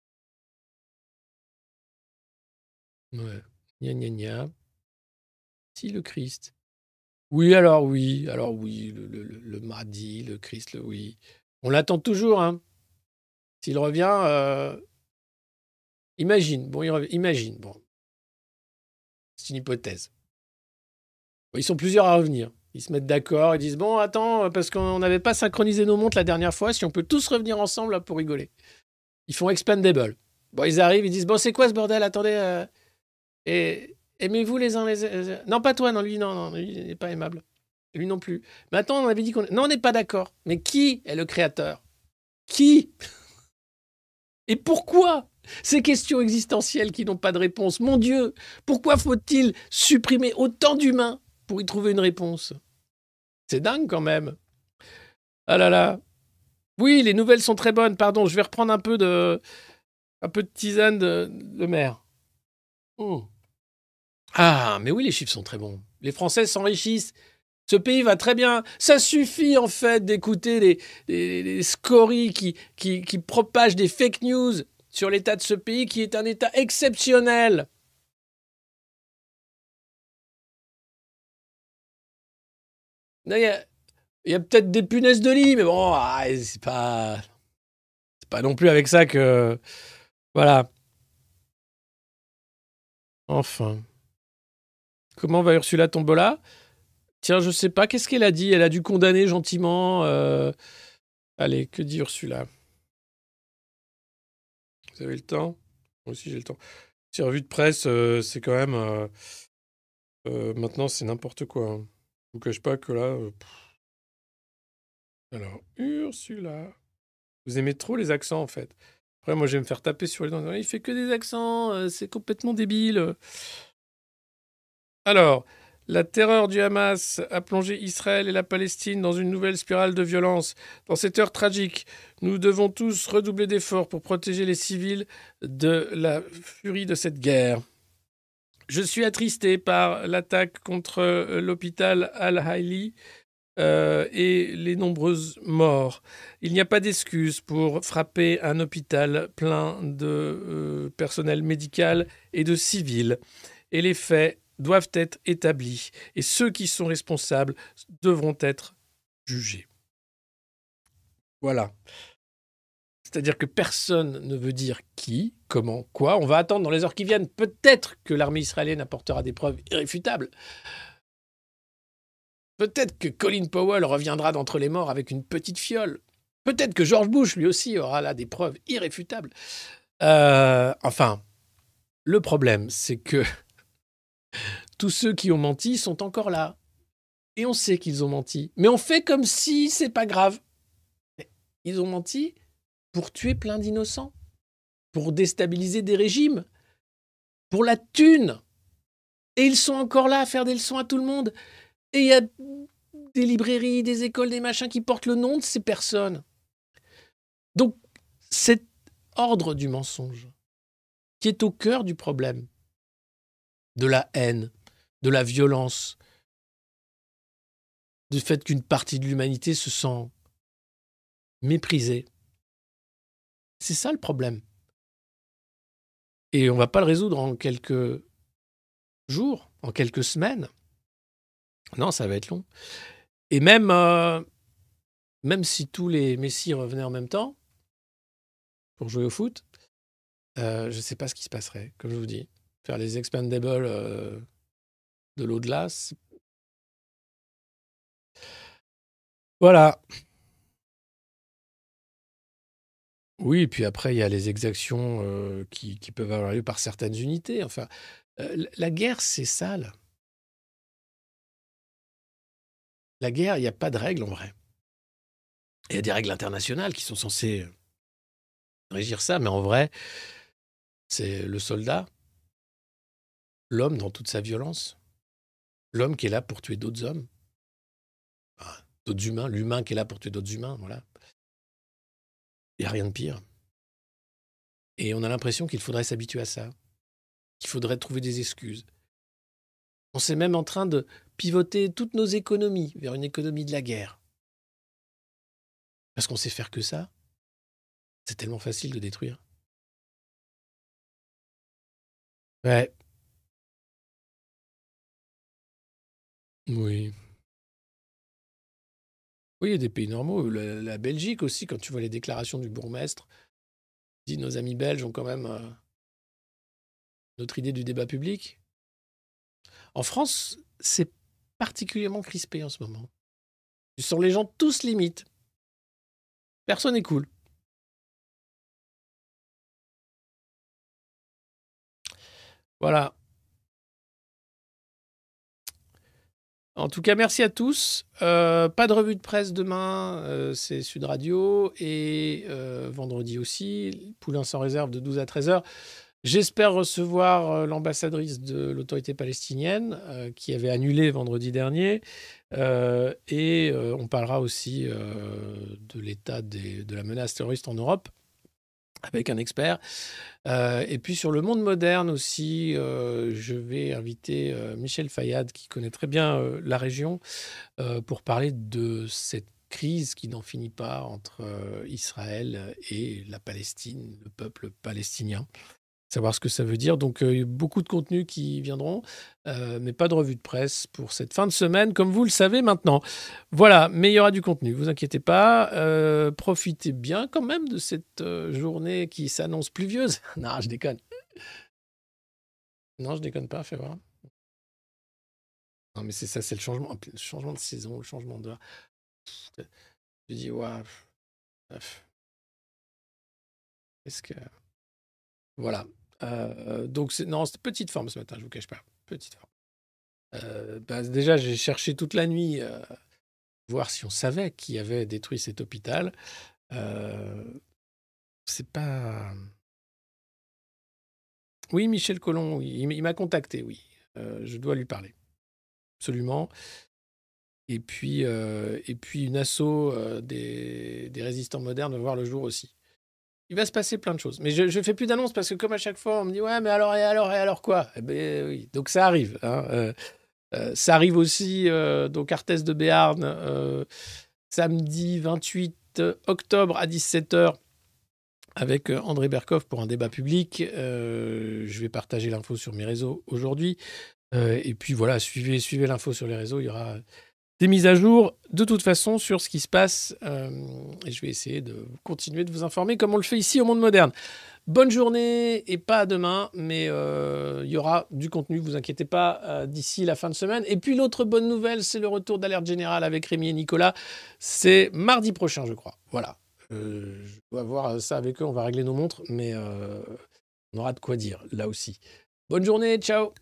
Ouais. Gna gna gna. Si le Christ. Oui, alors oui, alors oui, le, le, le mardi, le Christ, le oui. On l'attend toujours, hein. S'il revient, euh, imagine, bon, il revient, imagine, bon. C'est une hypothèse. Bon, ils sont plusieurs à revenir. Ils se mettent d'accord, ils disent, bon, attends, parce qu'on n'avait pas synchronisé nos montres la dernière fois, si on peut tous revenir ensemble là, pour rigoler. Ils font expandable. Bon, ils arrivent, ils disent, bon, c'est quoi ce bordel? Attendez, euh, et... aimez-vous les uns les autres? Non, pas toi, non, lui, non, non, lui, il n'est pas aimable. Lui non plus. Maintenant, on avait dit qu'on... Non, on n'est pas d'accord. Mais qui est le créateur? Qui? Et pourquoi? Ces questions existentielles qui n'ont pas de réponse. Mon Dieu, pourquoi faut-il supprimer autant d'humains pour y trouver une réponse? C'est dingue quand même. Ah là là. Oui, les nouvelles sont très bonnes. Pardon, je vais reprendre un peu de, un peu de tisane de, de mer. Oh. Ah, mais oui, les chiffres sont très bons. Les Français s'enrichissent. Ce pays va très bien. Ça suffit, en fait, d'écouter les, les, les scories qui, qui, qui propagent des fake news sur l'état de ce pays, qui est un état exceptionnel. Il y a, il y a peut-être des punaises de lit, mais bon, ah, c'est pas, c'est pas non plus avec ça que, voilà. Enfin, comment va Ursula Tombola? Tiens, je sais pas, qu'est-ce qu'elle a dit? Elle a dû condamner gentiment. euh, Allez, que dit Ursula? Vous avez le temps? Moi aussi, j'ai le temps. Ces revues de presse, euh, c'est quand même. euh, euh, maintenant, c'est n'importe quoi, hein. Je vous cache pas que là. euh, pff. Alors, Ursula. Vous aimez trop les accents, en fait. Après, moi, je vais me faire taper sur les dents. Il fait que des accents, euh, c'est complètement débile. Alors, la terreur du Hamas a plongé Israël et la Palestine dans une nouvelle spirale de violence. Dans cette heure tragique, nous devons tous redoubler d'efforts pour protéger les civils de la furie de cette guerre. Je suis attristé par l'attaque contre euh, l'hôpital Al-Haili euh, et les nombreuses morts. Il n'y a pas d'excuse pour frapper un hôpital plein de euh, personnel médical et de civils. Et les faits doivent être établis. Et ceux qui sont responsables devront être jugés. Voilà. C'est-à-dire que personne ne veut dire qui, comment, quoi. On va attendre dans les heures qui viennent. Peut-être que l'armée israélienne apportera des preuves irréfutables. Peut-être que Colin Powell reviendra d'entre les morts avec une petite fiole. Peut-être que George Bush, lui aussi, aura là des preuves irréfutables. Euh, enfin, le problème, c'est que tous ceux qui ont menti sont encore là. Et on sait qu'ils ont menti. Mais on fait comme si c'est pas grave. Ils ont menti pour tuer plein d'innocents, pour déstabiliser des régimes, pour la thune. Et ils sont encore là à faire des leçons à tout le monde. Et il y a des librairies, des écoles, des machins qui portent le nom de ces personnes. Donc, cet ordre du mensonge, qui est au cœur du problème, de la haine, de la violence, du fait qu'une partie de l'humanité se sent méprisée. C'est ça le problème. Et on ne va pas le résoudre en quelques jours, en quelques semaines. Non, ça va être long. Et même, euh, même si tous les messies revenaient en même temps pour jouer au foot, euh, je ne sais pas ce qui se passerait, comme je vous dis. Faire les expandables euh, de l'au-delà. C'est... Voilà. Oui, et puis après, il y a les exactions euh, qui, qui peuvent avoir lieu par certaines unités. Enfin, euh, la guerre, c'est sale. La guerre, il n'y a pas de règles en vrai. Il y a des règles internationales qui sont censées régir ça, mais en vrai, c'est le soldat, l'homme dans toute sa violence, l'homme qui est là pour tuer d'autres hommes, enfin, d'autres humains, l'humain qui est là pour tuer d'autres humains, voilà. Il n'y a rien de pire. Et on a l'impression qu'il faudrait s'habituer à ça, qu'il faudrait trouver des excuses. On est même en train de pivoter toutes nos économies vers une économie de la guerre. Parce qu'on sait faire que ça. C'est tellement facile de détruire. Ouais. Oui. Oui, il y a des pays normaux. La, la Belgique aussi, quand tu vois les déclarations du bourgmestre, dit nos amis belges ont quand même euh, notre idée du débat public. En France, c'est particulièrement crispé en ce moment. Tu sens les gens tous limites. Personne n'est cool. Voilà. En tout cas, merci à tous. Euh, pas de revue de presse demain, euh, c'est Sud Radio. Et euh, vendredi aussi, Poulain sans réserve de douze à treize heures. J'espère recevoir euh, l'ambassadrice de l'autorité palestinienne euh, qui avait annulé vendredi dernier. Euh, et euh, on parlera aussi euh, de l'état des, de la menace terroriste en Europe avec un expert. Euh, et puis sur le monde moderne aussi, euh, je vais inviter euh, Michel Fayad qui connaît très bien euh, la région euh, pour parler de cette crise qui n'en finit pas entre euh, Israël et la Palestine, le peuple palestinien. savoir ce que ça veut dire. Donc, euh, beaucoup de contenus qui viendront, euh, mais pas de revue de presse pour cette fin de semaine, comme vous le savez maintenant. Voilà, mais il y aura du contenu, vous inquiétez pas. Euh, profitez bien quand même de cette euh, journée qui s'annonce pluvieuse. Non, je déconne. Non, je déconne pas, fais voir. Non, mais c'est ça, c'est le changement, le changement de saison, le changement d'heure. Je dis, waouh. Est-ce que... Voilà. Euh, donc, c'est... non, c'était petite forme ce matin, je vous cache pas. Petite forme. Euh, bah, déjà, j'ai cherché toute la nuit, euh, voir si on savait qui avait détruit cet hôpital. Euh, c'est pas... Oui, Michel Collomb, oui. il, il m'a contacté, oui. Euh, je dois lui parler. Absolument. Et puis, euh, et puis une asso euh, des, des résistants modernes va voir le jour aussi. Il va se passer plein de choses. Mais je ne fais plus d'annonces parce que comme à chaque fois, on me dit « Ouais, mais alors, et alors, et alors quoi ?» Eh ben oui, donc ça arrive. Hein. Euh, euh, ça arrive aussi, euh, donc Arthès de Béarn, euh, samedi vingt-huit octobre à dix-sept heures avec André Berkoff pour un débat public. Euh, je vais partager l'info sur mes réseaux aujourd'hui. Euh, et puis voilà, suivez, suivez l'info sur les réseaux. Il y aura des mises à jour de toute façon sur ce qui se passe. Euh, et je vais essayer de continuer de vous informer comme on le fait ici au Monde Moderne. Bonne journée et pas à demain, mais euh, il y aura du contenu, vous inquiétez pas, euh, d'ici la fin de semaine. Et puis l'autre bonne nouvelle, c'est le retour d'Alerte Générale avec Rémi et Nicolas. C'est mardi prochain, je crois. Voilà. Euh, je dois voir ça avec eux, on va régler nos montres, mais euh, on aura de quoi dire là aussi. Bonne journée, ciao!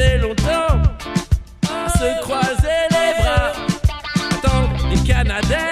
Canada.